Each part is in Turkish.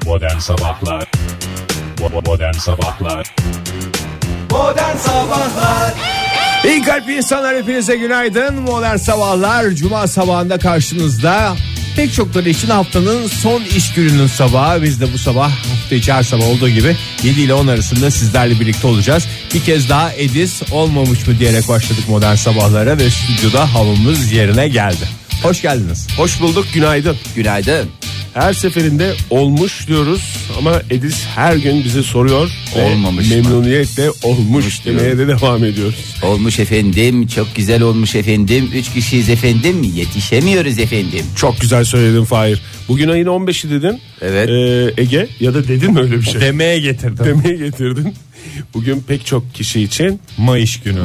Modern Sabahlar. Modern Sabahlar. Modern Sabahlar. İyi kalp insanlar, hepinize günaydın. Modern Sabahlar Cuma sabahında karşınızda. Pek çokları için haftanın son iş gününün sabahı. Biz de bu sabah hafta içi her sabah olduğu gibi 7 ile 10 arasında sizlerle birlikte olacağız. Bir kez daha Edis olmamış mı diyerek başladık Modern Sabahlara ve stüdyoda havamız yerine geldi. Hoş geldiniz. Hoş bulduk, günaydın. Günaydın. Her seferinde olmuş diyoruz ama Edis her gün bize soruyor. Olmamış mı? Memnuniyetle olmuş demeye de devam ediyoruz. Olmuş efendim, çok güzel olmuş efendim. 3 kişiyiz efendim, yetişemiyoruz efendim. Çok güzel söyledin Fahir. Bugün ayın 15'i dedin. Evet. Ege, ya da dedin mi öyle bir şey? Demeye getirdim. Demeye getirdin. Bugün pek çok kişi için Mayıs günü.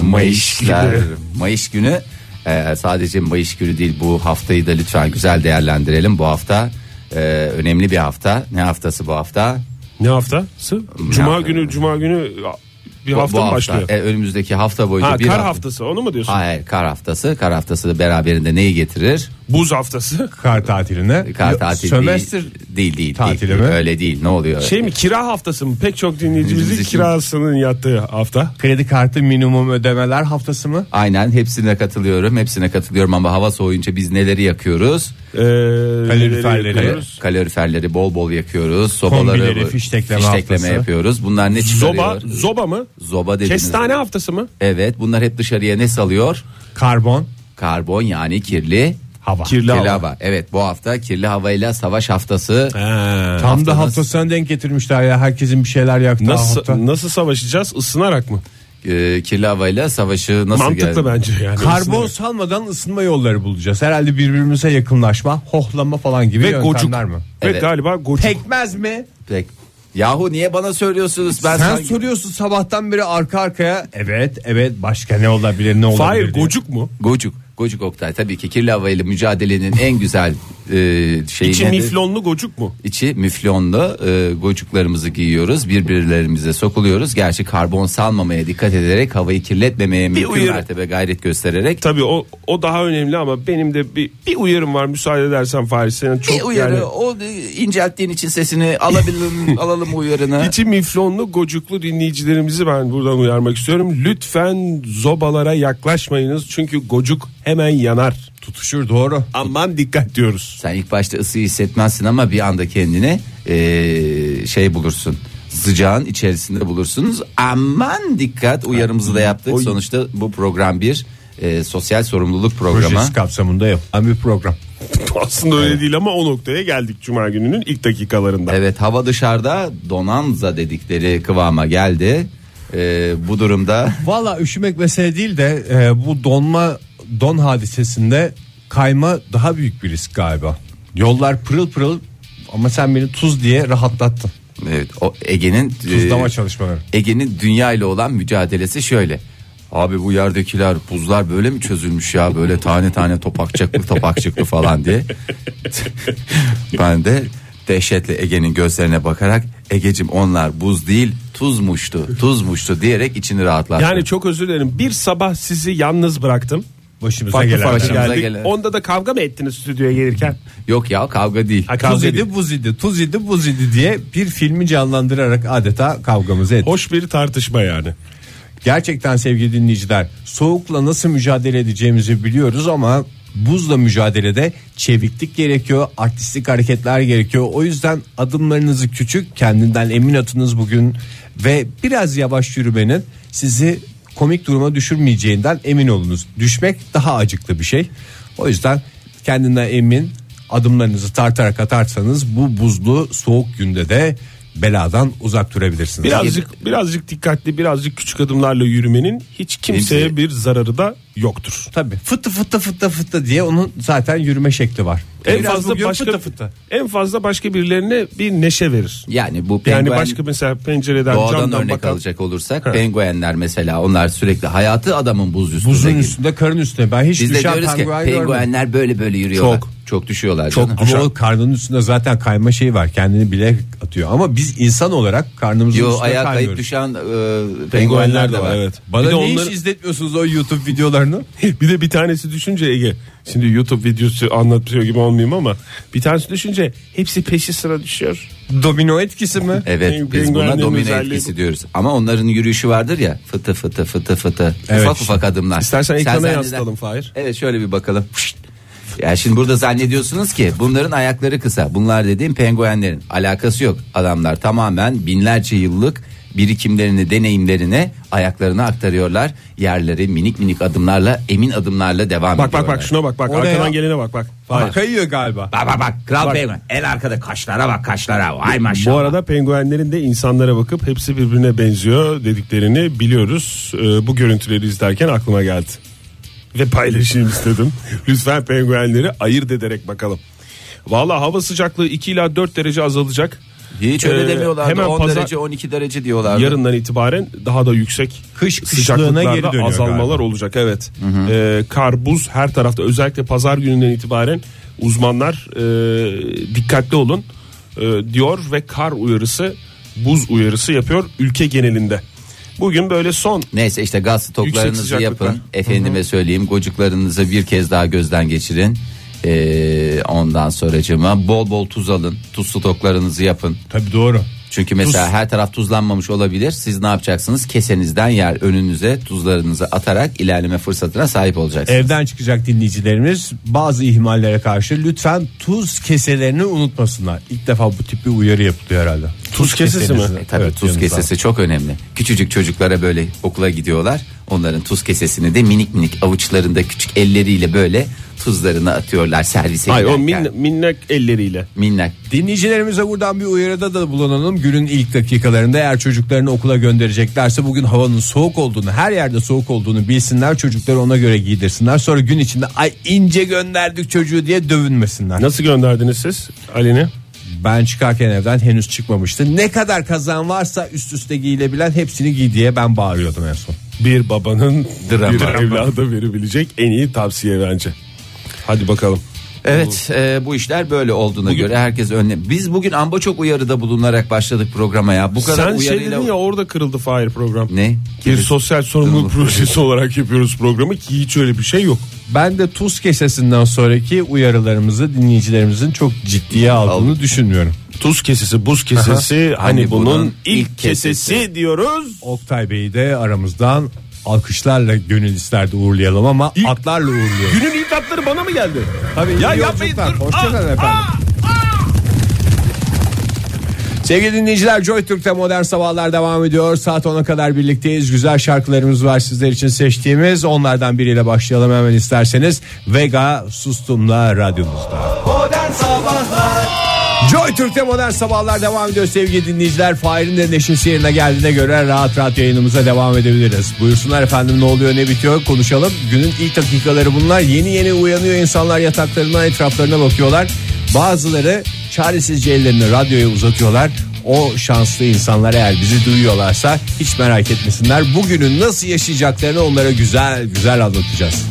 Mayıs günü. Sadece Mayıs günü değil, bu haftayı da lütfen güzel değerlendirelim. Bu hafta önemli bir hafta. Ne haftası bu hafta? Ne haftası? Cuma günü bir hafta mı başlıyor? Önümüzdeki hafta boyunca bir kar hafta. haftası, onu mu diyorsun? Hayır, kar haftası. Kar haftası da beraberinde neyi getirir? Buz haftası. Kar tatiline. Kar tatili Sömestr değil. tatili mi? Öyle değil. Ne oluyor? Şey mi, kira haftası mı? Pek çok dinleyicimizin için- kirasının yattığı hafta. Kredi kartı minimum ödemeler haftası mı? Aynen, hepsine katılıyorum ama hava soğuyunca biz neleri yakıyoruz? Kaloriferleri. Kaloriferleri bol bol yakıyoruz. Sobaları Kombileri, fiştekleme haftası. yapıyoruz. Bunlar ne çıkarıyor? Zoba mı? Zoba dediniz. Kestane haftası mı? Evet, bunlar hep dışarıya ne salıyor? Karbon. Karbon, yani kirli Hava. Kirli hava. hava. Evet, bu hafta kirli havayla savaş haftası. Tam da haftasına denk getirmişler ya, herkesin bir şeyler yaktığı hafta. Nasıl savaşacağız? Isınarak mı? Kirli havayla savaşı nasıl Mantıklı bence yani. Karbon Isınarak. salmadan ısınma yolları bulacağız. Herhalde birbirimize yakınlaşma, hohlama falan gibi Ve yöntemler gocuk. mi? Ve Evet. galiba gocuk. Pekmez mi? Yahu niye bana söylüyorsunuz? Sen sanki- soruyorsun sabahtan beri arka arkaya. Evet, başka ne olabilir, ne olabilir Fahir, diye. gocuk mu? Gocuk Oktay, tabii ki kirli havayla mücadelenin en güzel şeyi İçi nedir? miflonlu gocuk mu? İçi müflonlu gocuklarımızı giyiyoruz, birbirlerimize sokuluyoruz. Gerçi karbon salmamaya dikkat ederek, havayı kirletmemeye mümkün mertebe gayret göstererek. Tabii o daha önemli ama benim de bir uyarım var, müsaade edersen Fahir, senin çok Bir uyarı, yani... o incelttiğin için sesini alalım uyarını. İçi miflonlu gocuklu dinleyicilerimizi ben buradan uyarmak istiyorum. Lütfen zobalara yaklaşmayınız, çünkü gocuk hemen yanar. Tutuşur, doğru. Aman dikkat diyoruz. Sen ilk başta ısıyı hissetmezsin ama bir anda kendini bulursun. Sıcağın içerisinde bulursunuz. Aman dikkat, uyarımızı da yaptık. Sonuçta bu program bir sosyal sorumluluk programı. Projesi kapsamında yapılan bir program. Aslında öyle değil ama o noktaya geldik Cuma gününün ilk dakikalarında. Evet, hava dışarıda donanza dedikleri kıvama geldi. Bu durumda Valla üşümek mesele değil de bu don hadisesinde kayma daha büyük bir risk galiba. Yollar pırıl pırıl ama sen beni tuz diye rahatlattın. evet, o Ege'nin Tuzlama çalışmaları. Ege'nin dünya ile olan mücadelesi şöyle. Abi bu yerdekiler, buzlar böyle mi çözülmüş ya, böyle tane tane topakçıklı falan diye. Ben de dehşetle Ege'nin gözlerine bakarak, Egeciğim onlar buz değil tuzmuştu diyerek içini rahatlattı. Yani çok özür dilerim, bir sabah sizi yalnız bıraktım. Başımıza Farklı gelen. farklı Başımıza geldik. gelen. Onda da kavga mı ettiniz stüdyoya gelirken? Yok ya, kavga değil. Kavga Tuz değil. idi buz idi, tuz idi buz idi diye bir filmi canlandırarak adeta kavgamızı ettik. Hoş bir tartışma yani. Gerçekten sevgili dinleyiciler, soğukla nasıl mücadele edeceğimizi biliyoruz ama buzla mücadelede çeviklik gerekiyor, artistik hareketler gerekiyor. O yüzden adımlarınızı küçük, kendinden emin atınız bugün ve biraz yavaş yürümenin sizi komik duruma düşürmeyeceğinden emin olunuz. Düşmek daha acıklı bir şey. O yüzden kendinden emin adımlarınızı tartarak atarsanız bu buzlu soğuk günde de beladan uzak durabilirsiniz. Birazcık dikkatli, birazcık küçük adımlarla yürümenin hiç kimseye bir zararı da yoktur. Tabii fıtı diye onun zaten yürüme şekli var. En fazla başka birilerine bir neşe verir. Yani bu Yani penguen, başka mesela pencereden, doğadan camdan örnek bakan. alacak olursak penguenler mesela, onlar sürekli hayatı adamın buz üstünde. Buzun üstünde, karın üstünde. Ben hiç Biz de düşen diyoruz ki penguen görmedim. penguenler böyle yürüyorlar. çok düşüyorlar Çok canım. Ama o karnının üstünde zaten kayma şeyi var. Kendini bile atıyor. Ama biz insan olarak karnımızın Yo, üstüne ayağa kayıp kaymıyoruz. düşen penguenler de var. Evet. Bana Bir de niye onları- hiç izletmiyorsunuz o YouTube videolarını? Bir de bir tanesi düşünce Ege. Şimdi YouTube videosu anlatıyor gibi olmayayım ama bir tanesi düşünce hepsi peşi sıra düşüyor. Domino etkisi mi? Evet, biz buna Penguenlerin domino özelliği etkisi bu. diyoruz. Ama onların yürüyüşü vardır ya, fıtı fıtı fıtı fıtı. Evet, ufak işte. ufak adımlar. İstersen Sen ekrana zanneder- yansıtalım Fahir. Evet, şöyle bir bakalım. Ya şimdi burada zannediyorsunuz ki bunların ayakları kısa. Bunlar dediğim penguenlerin alakası yok. Adamlar tamamen binlerce yıllık birikimlerini, deneyimlerini ayaklarına aktarıyorlar. Yerleri minik minik adımlarla, emin adımlarla devam Bak ediyorlar. bak şuna bak O ne arkadan ya? gelene bak. Ama Fahir. kayıyor galiba. Bak kral penguen en arkada, kaşlara bak, kaşlara, vay maşallah. Bu arada penguenlerin de insanlara bakıp hepsi birbirine benziyor dediklerini biliyoruz. Bu görüntüleri izlerken aklıma geldi. Ve paylaşayım istedim. Lütfen penguenleri ayırt ederek bakalım. Vallahi hava sıcaklığı 2 ila 4 derece azalacak. Hiç öyle demiyorlardı. hemen 10 pazar- derece 12 derece diyorlardı. Yarından itibaren daha da yüksek Kış kışlığına sıcaklıklarda geri dönüyor azalmalar galiba. olacak. Evet. Kar, buz her tarafta, özellikle pazar gününden itibaren uzmanlar dikkatli olun diyor ve kar uyarısı, buz uyarısı yapıyor ülke genelinde. Bugün böyle son Neyse işte gaz stoklarınızı Yüksek sıcaklıklar. yapın. Efendime söyleyeyim, gocuklarınızı bir kez daha gözden geçirin. Ondan sonracığıma bol bol tuz alın. Tuz stoklarınızı yapın. Tabii doğru. Çünkü mesela her taraf tuzlanmamış olabilir. Siz ne yapacaksınız? Kesenizden yer önünüze tuzlarınızı atarak ilerleme fırsatına sahip olacaksınız. Evden çıkacak dinleyicilerimiz bazı ihmallere karşı lütfen tuz keselerini unutmasınlar. İlk defa bu tip bir uyarı yapılıyor herhalde. Tuz kesesi mi? kesenizi- Tabii Evet, tuz yanınızda. kesesi çok önemli. Küçücük çocuklara böyle okula gidiyorlar. Onların tuz kesesini de minik minik avuçlarında küçük elleriyle böyle tuzlarını atıyorlar servise ay o giderken. minnak elleriyle. Minnak. Dinleyicilerimize buradan bir uyarıda da bulunalım. Günün ilk dakikalarında eğer çocuklarını okula göndereceklerse bugün havanın soğuk olduğunu, her yerde soğuk olduğunu bilsinler. Çocukları ona göre giydirsinler. Sonra gün içinde ay ince gönderdik çocuğu diye dövünmesinler. Nasıl gönderdiniz siz Ali'ni? Ben çıkarken evden henüz çıkmamıştı. Ne kadar kazan varsa üst üste giyilebilen hepsini giy diye ben bağırıyordum en son. Bir babanın Drama. bir evlada verebilecek en iyi tavsiye bence. Hadi bakalım. Evet, bu işler böyle olduğuna göre herkes önlem. Biz bugün amba çok uyarıda bulunarak başladık programa ya. Bu kadar Sen şey uyarıyla dedin ya, orada kırıldı Fahir program. ne? Bir sosyal sorumluluk projesi olarak yapıyoruz programı ki hiç öyle bir şey yok. Ben de tuz kesesinden sonraki uyarılarımızı dinleyicilerimizin çok ciddiye aldığını düşünmüyorum. Tuz kesesi, buz kesesi, hani Hani bunun bunun ilk ilk kesesi kesesi diyoruz. Oktay Bey'i de aramızdan alkışlarla gönül isterdi uğurlayalım ama atlarla uğurluyoruz. Günün ilk atları bana mı geldi? Tabii Ya iyi yapmayın, yolculuklar. dur. Hoşçakalın efendim. Sevgili dinleyiciler, Joy Türk'te Modern Sabahlar devam ediyor. Saat 10'a kadar birlikteyiz. Güzel şarkılarımız var sizler için seçtiğimiz. Onlardan biriyle başlayalım hemen isterseniz. Vega Sustum'la radyonuzda. Modern Sabahlar Joy Türk'te Modern Sabahlar devam ediyor sevgili dinleyiciler. Fahir'in de neşesi yerine geldiğine göre rahat rahat yayınımıza devam edebiliriz. Buyursunlar efendim, ne oluyor ne bitiyor konuşalım. Günün ilk dakikaları bunlar. Yeni yeni uyanıyor insanlar, yataklarından etraflarına bakıyorlar. Bazıları çaresizce ellerini radyoya uzatıyorlar. O şanslı insanlar eğer bizi duyuyorlarsa hiç merak etmesinler. Bugünün nasıl yaşayacaklarını onlara güzel güzel anlatacağız.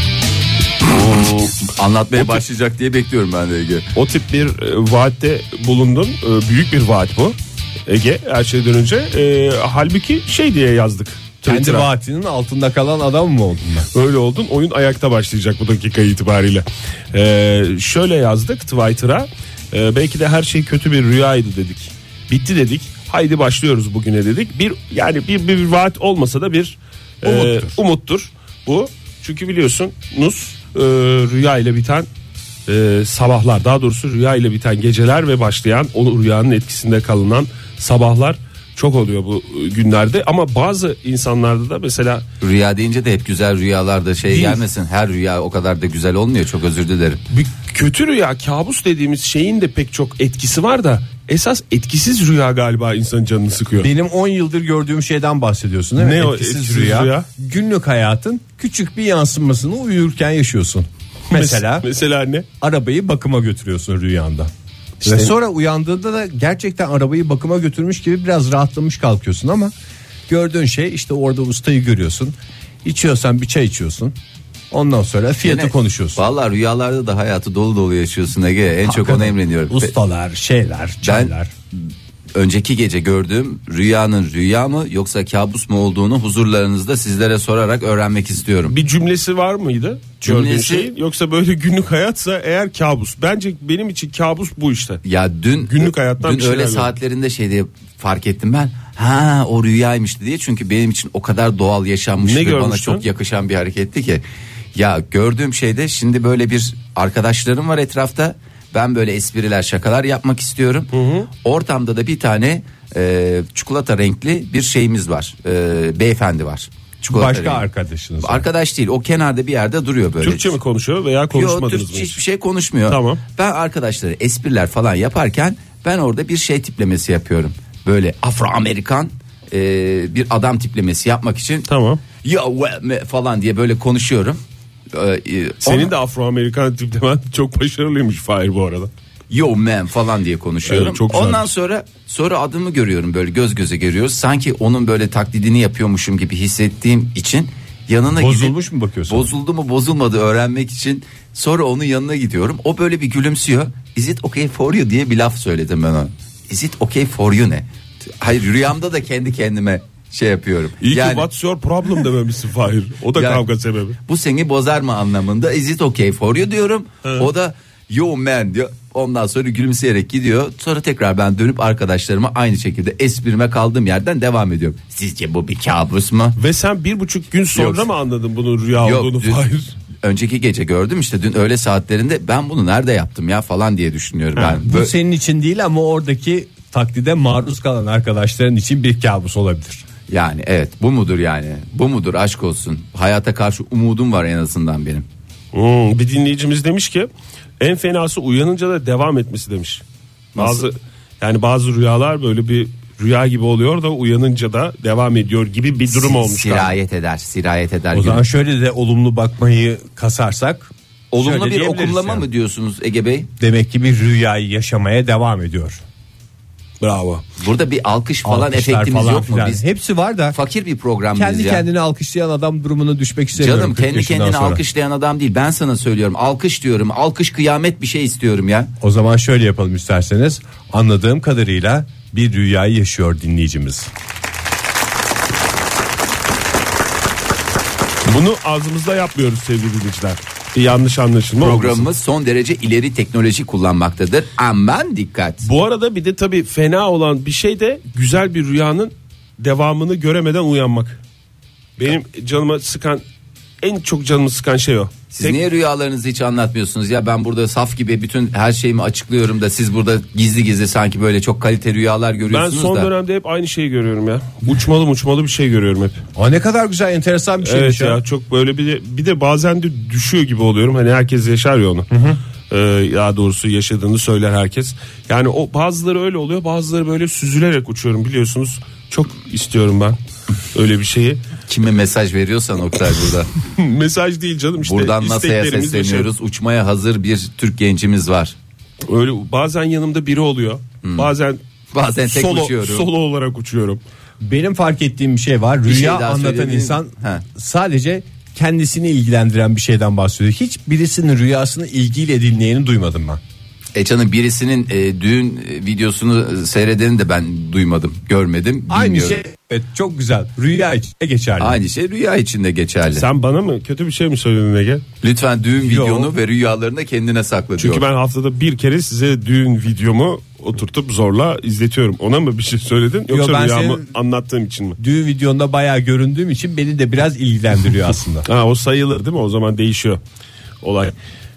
Anlatmaya başlayacak diye bekliyorum ben de Ege. O tip bir vaatte bulundun. Büyük bir vaat bu. Ege, her şeyden önce. Halbuki şey diye yazdık. Kendi Twitter'a. vaatinin altında kalan adam mı oldum ben? Öyle oldun. Oyun ayakta başlayacak bu dakika itibariyle. Şöyle yazdık Twitter'a. Belki de her şey kötü bir rüyaydı dedik. Bitti dedik. Haydi başlıyoruz bugüne dedik. Bir vaat olmasa da bir umuttur bu. Çünkü biliyorsunuz rüya ile biten sabahlar, daha doğrusu rüya ile biten geceler ve başlayan o rüyanın etkisinde kalınan sabahlar çok oluyor bu günlerde. Ama bazı insanlarda da mesela Rüya deyince de hep güzel rüyalarda şey gelmesin. Her rüya o kadar da güzel olmuyor. Çok özür dilerim. bir kötü rüya, kabus dediğimiz şeyin de pek çok etkisi var da esas etkisiz rüya galiba insanın canını sıkıyor. Benim 10 yıldır gördüğüm şeyden bahsediyorsun değil mi? Ne o Etkisiz etkisiz rüya. rüya? Günlük hayatın küçük bir yansımasını uyurken yaşıyorsun. Mesela ne? arabayı bakıma götürüyorsun rüyanda. İşte- Ve sonra uyandığında da gerçekten arabayı bakıma götürmüş gibi biraz rahatlamış kalkıyorsun ama gördüğün şey işte orada ustayı görüyorsun. İçiyorsan bir çay içiyorsun. Ondan sonra fiyatı Yine, konuşuyorsun. Vallahi rüyalarda da hayatı dolu dolu yaşıyorsun Ege. En çok ona emreniyorum. Ustalar, şeyler, çaylar. Önceki gece gördüğüm rüyanın rüya mı yoksa kabus mu olduğunu huzurlarınızda sizlere sorarak öğrenmek istiyorum. Bir cümlesi var mıydı? Cümlesi- Şeyin, yoksa böyle günlük hayatsa eğer kabus. Bence benim için kabus bu işte. Ya dün Günlük hayattan bir dün şeyler öyle gördüm. saatlerinde şey diye fark ettim ben. Ha o rüyaymıştı diye, çünkü benim için o kadar doğal yaşanmış Ne ve bana görmüştün? çok yakışan bir hareketti ki. Ya gördüğüm şeyde şimdi böyle bir arkadaşlarım var etrafta. Ben böyle espriler, şakalar yapmak istiyorum. Ortamda da bir tane çikolata renkli bir şeyimiz var. Beyefendi var. Çikolata Başka renkli. arkadaşınız. Arkadaş değil, o kenarda bir yerde duruyor böyle. Türkçe mi konuşuyor veya Yok, konuşmadınız mı? hiçbir şey konuşmuyor. Tamam. Ben arkadaşları espriler falan yaparken ben orada bir şey tiplemesi yapıyorum. Böyle Afro-Amerikan bir adam tiplemesi yapmak için. Tamam. Ya falan diye böyle konuşuyorum. Senin de Afro-Amerikan tiplemen çok başarılıymış Fahir bu arada. Yo man falan diye konuşuyorum. Evet, çok güzel. Ondan sonra adımı görüyorum, böyle göz göze görüyoruz. Sanki onun böyle taklidini yapıyormuşum gibi hissettiğim için yanına Bozulmuş gidip, mu bakıyorsun? Bozuldu mu bozulmadı öğrenmek için sonra onun yanına gidiyorum. O böyle bir gülümsüyor. Is it okay for you diye bir laf söyledim ben ona. Is it okay for you ne? Hayır, rüyamda da kendi kendime şey yapıyorum. İyi ki what's your problem dememişsin Fahir. O da Yani- kavga sebebi. Bu seni bozar mı anlamında is it okay for you diyorum. O da yo man diyor. Ondan sonra gülümseyerek gidiyor. Sonra tekrar ben dönüp arkadaşlarıma aynı şekilde esprime kaldığım yerden devam ediyorum. Sizce bu bir kabus mu? Ve sen 1,5 gün sonra Yok. mı anladın bunun rüya olduğunu dün- Fahir? önceki gece gördüm işte, dün öğle saatlerinde ben bunu nerede yaptım ya falan diye düşünüyorum ben. Bu senin için değil ama oradaki taklide maruz kalan arkadaşların için bir kabus olabilir. Yani evet, bu mudur yani? Bu mudur, aşk olsun. Hayata karşı umudum var en azından benim. Bir dinleyicimiz demiş ki en fenası uyanınca da devam etmesi demiş. Bazı rüyalar böyle bir rüya gibi oluyor da uyanınca da devam ediyor gibi bir durum olmuş. Sirayet eder. O zaman şöyle de olumlu bakmayı kasarsak. Olumlu şöyle bir diyebiliriz okumlama yani. mı diyorsunuz Ege Bey? Demek ki bir rüyayı yaşamaya devam ediyor. Bravo. Burada bir alkış falan Alkışlar efektimiz falan yok mu? filan. Biz Hepsi var da fakir bir program kendi biz ya. kendine alkışlayan adam durumuna düşmek istemiyorum. Canım 40 kendi yaşından kendine sonra. alkışlayan adam değil. Ben sana söylüyorum. Alkış diyorum. Alkış kıyamet bir şey istiyorum ya. O zaman şöyle yapalım isterseniz. Anladığım kadarıyla bir rüyayı yaşıyor dinleyicimiz. Bunu ağzımızda yapmıyoruz sevgili dinleyiciler. Bir yanlış anlaşılma olmasın. Programımız son derece ileri teknoloji kullanmaktadır. Aman dikkat. Bu arada bir de tabii fena olan bir şey de güzel bir rüyanın devamını göremeden uyanmak. Benim canıma sıkan, en çok canımı sıkan şey o. Siz niye rüyalarınızı hiç anlatmıyorsunuz ya? Ben burada saf gibi bütün her şeyimi açıklıyorum da siz burada gizli gizli sanki böyle çok kalite rüyalar Ben görüyorsunuz son da. dönemde hep aynı şeyi görüyorum ya. Uçmalı bir şey görüyorum hep. O ne kadar güzel, enteresan bir şeymiş Evet ya, çok böyle bir de bazen de düşüyor gibi oluyorum. Hani herkes yaşar ya onu. Ya doğrusu yaşadığını söyler herkes. Yani o bazıları öyle oluyor, bazıları böyle süzülerek uçuyorum biliyorsunuz. Çok istiyorum ben öyle bir şeyi. Kime mesaj veriyorsan Oktay burada. Mesaj değil canım, işte Buradan NASA'ya isteklerimiz sesleniyoruz. Uçmaya hazır bir Türk gencimiz var. Öyle bazen yanımda biri oluyor. Bazen tek uçuyorum. Solo olarak uçuyorum. Benim fark ettiğim bir şey var. Bir şey Rüya daha anlatan söyleyebilir insan miyim? Ha. sadece kendisini ilgilendiren bir şeyden bahsediyor. Hiç birisinin rüyasını ilgiyle dinleyeni duymadım ben. Canım birisinin düğün videosunu seyredeni de ben duymadım, görmedim, Aynı bilmiyorum. şey, evet, çok güzel. Rüya içinde geçerli. Aynı şey rüya içinde geçerli. Sen bana mı kötü bir şey mi söyledin Ege? Lütfen düğün Yo. videonu ve rüyalarını kendine sakla diyor. Çünkü ben haftada bir kere size düğün videomu oturtup zorla izletiyorum. Ona mı bir şey söyledin yoksa ben rüyamı senin- anlattığım için mi? Düğün videonda bayağı göründüğüm için beni de biraz ilgilendiriyor aslında. Ha, o sayılır değil mi? O zaman değişiyor olay.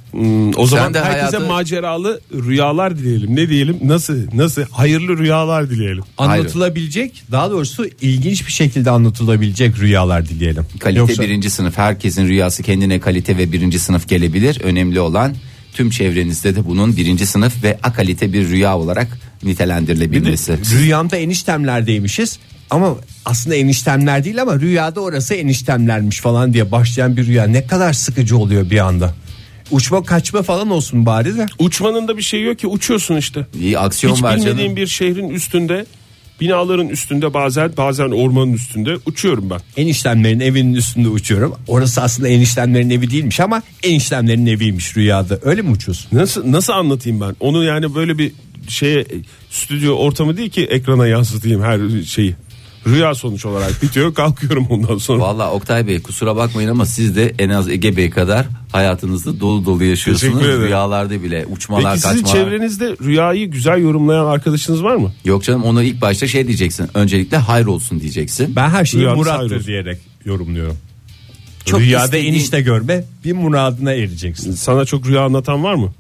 O zaman de herkese hayatı- maceralı rüyalar dileyelim. Ne diyelim? Nasıl? Hayırlı rüyalar dileyelim. Anlatılabilecek, daha doğrusu ilginç bir şekilde anlatılabilecek rüyalar dileyelim. Kalite Yoksa- birinci sınıf, herkesin rüyası kendine kalite ve birinci sınıf gelebilir. Önemli olan tüm çevrenizde de bunun birinci sınıf ve akalite bir rüya olarak nitelendirilebilmesi. Rüyamda eniştemlerdeymişiz ama aslında eniştemler değil ama rüyada orası eniştemlermiş falan diye başlayan bir rüya ne kadar sıkıcı oluyor bir anda. Uçma kaçma falan olsun bari de. Uçmanın da bir şey yok ki, uçuyorsun işte. İyi aksiyon Hiç var bilmediğin canım. bir şehrin üstünde binaların üstünde, bazen ormanın üstünde uçuyorum ben. Eniştemlerin evinin üstünde uçuyorum. Orası aslında eniştemlerin evi değilmiş ama eniştemlerin eviymiş rüyada. Öyle mi uçuyorsun? Nasıl anlatayım ben? Onu yani böyle bir stüdyo ortamı değil ki ekrana yansıtayım her şeyi. Rüya sonuç olarak bitiyor, kalkıyorum ondan sonra. Vallahi Oktay Bey kusura bakmayın ama siz de en az Ege Bey kadar hayatınızda dolu dolu yaşıyorsunuz. Rüyalarda bile uçmalar, Peki kaçmalar. sizin çevrenizde rüyayı güzel yorumlayan arkadaşınız var mı? Yok canım, onu ilk başta diyeceksin. Öncelikle hayır olsun diyeceksin. Ben her şeyi Rüyanız murattır hayır diyerek yorumluyorum. Çok Rüyada istediğin- enişte görme, bir muradına ereceksin. Sana çok rüya anlatan var mı?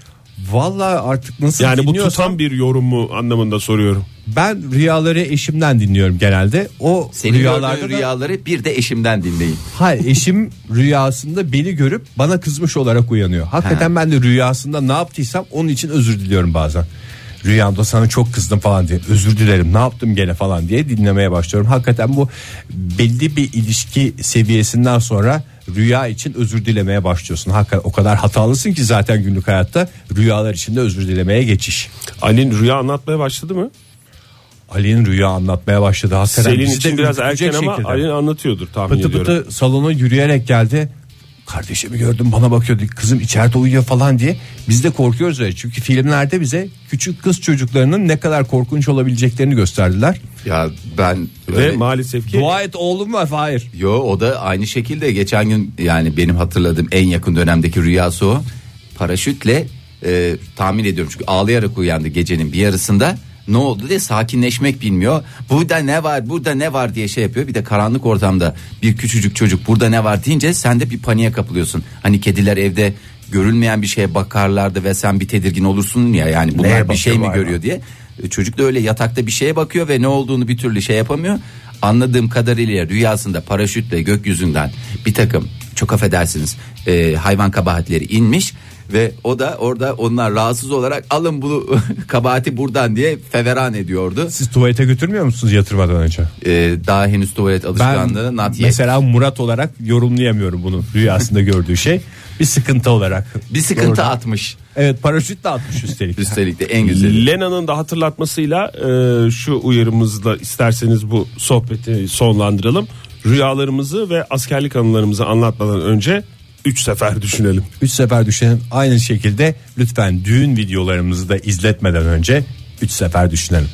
Vallahi artık nasıl Yani bu dinliyorsam, tutan bir yorum mu anlamında soruyorum. ben rüyaları eşimden dinliyorum genelde. O Senin rüyalarda gördüğün da- rüyaları bir de eşimden dinleyin. Hayır, eşim rüyasında beni görüp bana kızmış olarak uyanıyor. Hakikaten ben de rüyasında ne yaptıysam onun için özür diliyorum bazen. Rüyamda sana çok kızdım falan diye, özür dilerim ne yaptım gene falan diye dinlemeye başlıyorum. Hakikaten bu belli bir ilişki seviyesinden sonra rüya için özür dilemeye başlıyorsun. Hakikaten o kadar hatalısın ki zaten günlük hayatta, rüyalar için de özür dilemeye geçiş. Ali'nin rüya anlatmaya başladı mı? Ali'nin rüya anlatmaya başladı. Hakikaten Selin bizi de için biraz ürkütecek erken ama şekilde. Ali anlatıyordur tahmin Pıtı ediyorum. pıtı salona yürüyerek geldi. Kardeşimi gördüm, bana bakıyordu, kızım içeride uyuyor falan diye. Biz de korkuyoruz öyle. Çünkü filmlerde bize küçük kız çocuklarının ne kadar korkunç olabileceklerini gösterdiler. Ya ben Ve maalesef ki Dua et oğlum var, hayır. Yo, o da aynı şekilde geçen gün, yani benim hatırladığım en yakın dönemdeki rüyası o. Paraşütle tahmin ediyorum çünkü ağlayarak uyandı gecenin bir yarısında. Ne oldu diye sakinleşmek bilmiyor. Burada ne var, burada ne var diye yapıyor. Bir de karanlık ortamda bir küçücük çocuk burada ne var deyince sen de bir paniğe kapılıyorsun. Hani kediler evde görülmeyen bir şeye bakarlardı ve sen bir tedirgin olursun ya, yani bunlar Neye bir şey mi bakıyor görüyor diye. Çocuk da öyle yatakta bir şeye bakıyor ve ne olduğunu bir türlü yapamıyor. Anladığım kadarıyla rüyasında paraşütle gökyüzünden bir takım, çok affedersiniz, hayvan kabahatleri inmiş ve o da orada onlar rahatsız olarak alın bu kabahati buradan diye feveran ediyordu. Siz tuvalete götürmüyor musunuz yatırmadan önce? Daha henüz tuvalet Ben alışkanlığı not yet. mesela Murat olarak yorumlayamıyorum bunu, rüyasında gördüğü şey. Bir sıkıntı olarak. Bir sıkıntı Orada- atmış. Evet, paraşütle atmış üstelik. Üstelik de en güzeli. Lena'nın da hatırlatmasıyla şu uyarımızla isterseniz bu sohbeti sonlandıralım. Rüyalarımızı ve askerlik anılarımızı anlatmadan önce 3 sefer düşünelim. 3 sefer düşünelim. Aynı şekilde lütfen düğün videolarımızı da izletmeden önce 3 sefer düşünelim.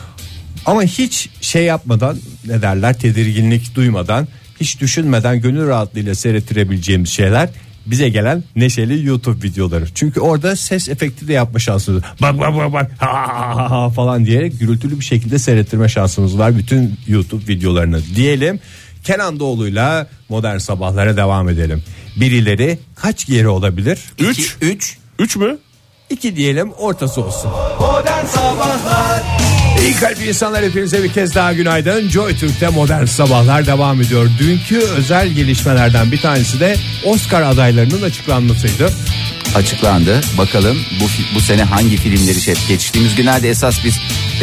Ama hiç yapmadan, ne derler, tedirginlik duymadan, hiç düşünmeden gönül rahatlığıyla seyrettirebileceğimiz şeyler bize gelen neşeli YouTube videoları. Çünkü orada ses efekti de yapma şansımız. Bak bak bak bak ha, ha, ha falan diyerek gürültülü bir şekilde seyrettirme şansımız var bütün YouTube videolarını diyelim. Kenan Doğulu'yla Modern Sabahlara devam edelim. Birileri kaç yeri olabilir? 3 3 mü? 2 diyelim, ortası olsun. Modern Sabahlar İyi kalp insanlar, hepinize bir kez daha günaydın. Joy Türk'te Modern Sabahlar devam ediyor. Dünkü özel gelişmelerden bir tanesi de Oscar adaylarının açıklanmasıydı. açıklandı. Bakalım bu sene hangi filmleri geçtiğimiz günlerde esas biz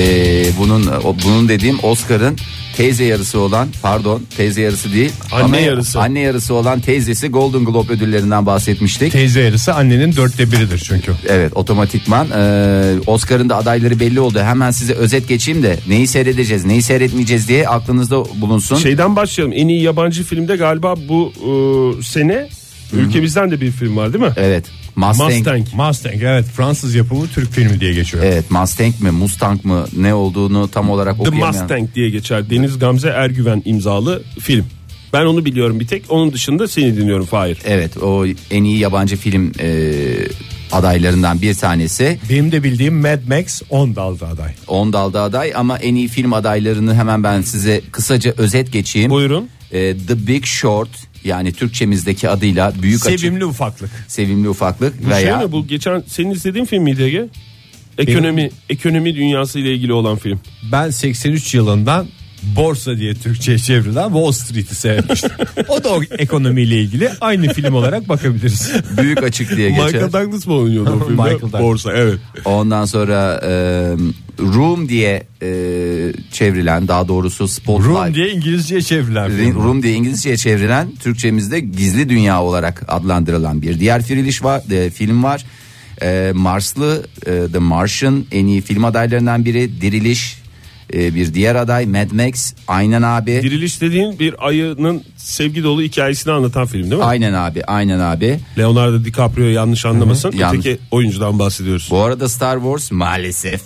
bunun dediğim Oscar'ın teyze yarısı olan, teyze yarısı değil, anne yarısı olan teyzesi Golden Globe ödüllerinden bahsetmiştik. Teyze yarısı annenin 1/4'idir çünkü. Evet, otomatikman Oscar'ın da adayları belli oldu. Hemen size özet geçeyim de neyi seyredeceğiz, neyi seyretmeyeceğiz diye aklınızda bulunsun. Şeyden başlayalım. En iyi yabancı filmde galiba bu sene ülkemizden de bir film var değil mi? Evet. Mustang, evet, Fransız yapımı Türk filmi diye geçiyor. Evet, Mustang mi Mustang mı ne olduğunu tam olarak The okuyamıyorum. Mustang diye geçer. Deniz Gamze Ergüven imzalı film. Ben onu biliyorum bir tek. Onun dışında seni dinliyorum Fahir. Evet, o en iyi yabancı film adaylarından bir tanesi. Benim de bildiğim Mad Max 10 dalda aday. 10 dalda aday ama en iyi film adaylarını hemen ben size kısaca özet geçeyim. Buyurun. The Big Short, yani Türkçemizdeki adıyla Büyük Açık. Sevimli ufaklık. Bu veya şey mi, bu geçen senin izlediğin film miydi Ege? Ekonomi dünyası ile ilgili olan film. Ben 83 yılından Borsa diye Türkçe'ye çevrilen Wall Street'i seyretmiştim. O da o ekonomiyle ilgili, aynı film olarak bakabiliriz. Büyük Açık diye geçer. Michael Douglas mı oynuyordu o filmde? Michael Douglas. Borsa, evet. Ondan sonra Room diye çevrilen, daha doğrusu Spotlight. Room diye İngilizceye çevrilen film. Room diye İngilizceye çevrilen, Türkçemizde Gizli Dünya olarak adlandırılan bir diğer film var. Marslı The Martian en iyi film adaylarından biri. Diriliş Bir diğer aday Mad Max. Aynen abi. Diriliş dediğin bir ayının sevgi dolu hikayesini anlatan film değil mi? Aynen abi. Leonardo DiCaprio yanlış anlamasın. Yanlış. Öteki oyuncudan bahsediyoruz. Bu arada Star Wars maalesef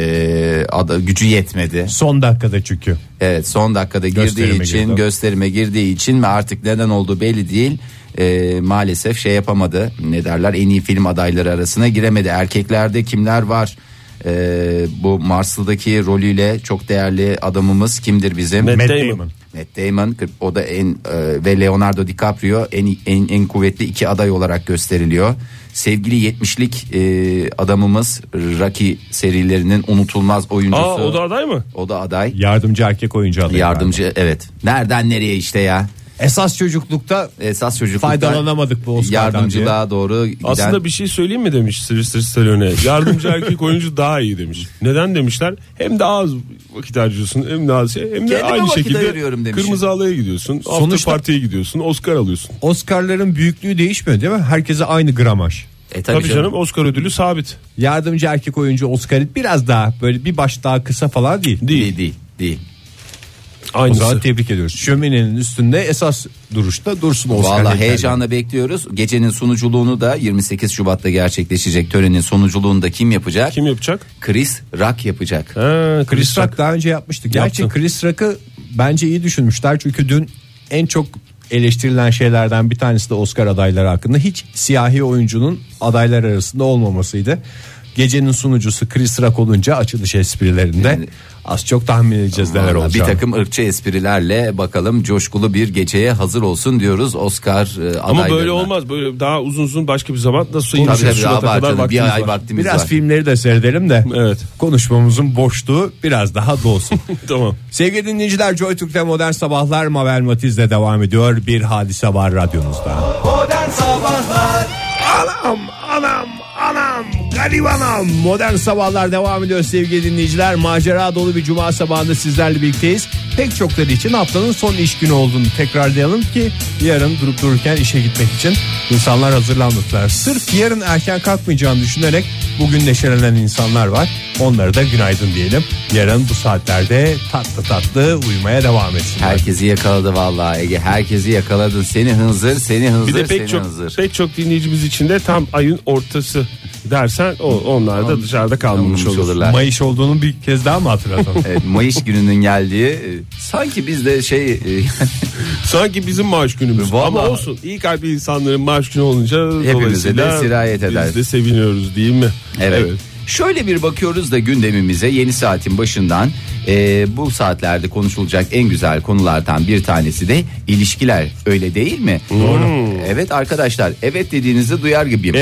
gücü yetmedi. Son dakikada çünkü. Evet, son dakikada gösterime girdiği için ve artık neden olduğu belli değil. Maalesef şey yapamadı. Ne derler? En iyi film adayları arasına giremedi. Erkeklerde kimler var? Bu Marslı'daki rolüyle çok değerli adamımız kimdir bizim? Matt Damon. Matt Damon, o da ve Leonardo DiCaprio en kuvvetli iki aday olarak gösteriliyor. Sevgili 70'lik adamımız Rocky serilerinin unutulmaz oyuncusu. O da aday mı? O da aday. Yardımcı erkek oyuncu adayı. Yardımcı, evet. Nereden nereye işte ya. Esas çocuklukta faydalanamadık bu Oscar'dan yardımcılığa doğru giden. Aslında bir şey söyleyeyim mi demiş Sylvester Stallone. Yardımcı erkek oyuncu daha iyi demiş. Neden demişler? Hem de az vakit harcıyorsun hem de az hem de kendime aynı şekilde demiş. Kırmızı Halı'ya gidiyorsun. Sonuçta After Party'ye gidiyorsun. Oscar alıyorsun. Oscar'ların büyüklüğü değişmiyor değil mi? Herkese aynı gramaj. Tabii canım, Oscar ödülü sabit. Yardımcı erkek oyuncu Oscar'ı biraz daha böyle bir baş daha kısa falan değil. Değil. Aynısı. O zaman tebrik ediyoruz. Şöminenin üstünde esas duruşta dursun Oscar. Vallahi heyecanla bekliyoruz. Gecenin sunuculuğunu da 28 Şubat'ta gerçekleşecek törenin sunuculuğunu da kim yapacak? Kim yapacak? Chris Rock yapacak. Chris Rock daha önce yapmıştı. Gerçi Chris Rock'ı bence iyi düşünmüşler. Çünkü dün en çok eleştirilen şeylerden bir tanesi de Oscar adayları hakkında hiç siyahi oyuncunun adaylar arasında olmamasıydı. Gecenin sunucusu Chris Rock olunca açılış esprilerinde az çok tahmin edeceğiz neler olacağını. Bir takım ırkçı esprilerle bakalım coşkulu bir geceye hazır olsun diyoruz Oscar adaylarına. Ama böyle olmaz, böyle daha uzun başka bir zaman nasıl bir ay vaktimiz biraz var. Filmleri de seyredelim de evet. Konuşmamızın boşluğu biraz daha dolsun. Tamam. Sevgili dinleyiciler, Joy Türk'te Modern Sabahlar Mabel Matiz'le devam ediyor. Bir hadise var radyonuzda. Modern Sabahlar. Anam garibanam. Modern Sabahlar devam ediyor sevgili dinleyiciler. Macera dolu bir cuma sabahında sizlerle birlikteyiz. Pek çokları için haftanın son iş günü olduğunu tekrarlayalım ki yarın durup dururken işe gitmek için insanlar hazırlanmışlar. Sırf yarın erken kalkmayacağını düşünerek bugün neşelenen insanlar var. Onlara da günaydın diyelim. Yarın bu saatlerde tatlı uyumaya devam etsinler. Herkesi yakaladı vallahi Ege. Herkesi yakaladın. Seni hınzır. Bir de pek çok dinleyicimiz için de tam ayın ortası dersen onlar da dışarıda kalmamış olurlar. Mayış olduğunu bir kez daha mı hatırlatalım? Evet, Mayış gününün geldiği sanki bizde sanki bizim maaş günümüz. Vallahi, ama olsun, iyi kalpli insanların maaş günü olunca hepimize de sirayet eder. Biz de seviniyoruz değil mi? Evet. Şöyle bir bakıyoruz da gündemimize yeni saatin başından bu saatlerde konuşulacak en güzel konulardan bir tanesi de ilişkiler, öyle değil mi? Doğru. Evet arkadaşlar, evet dediğinizi duyar gibiyim.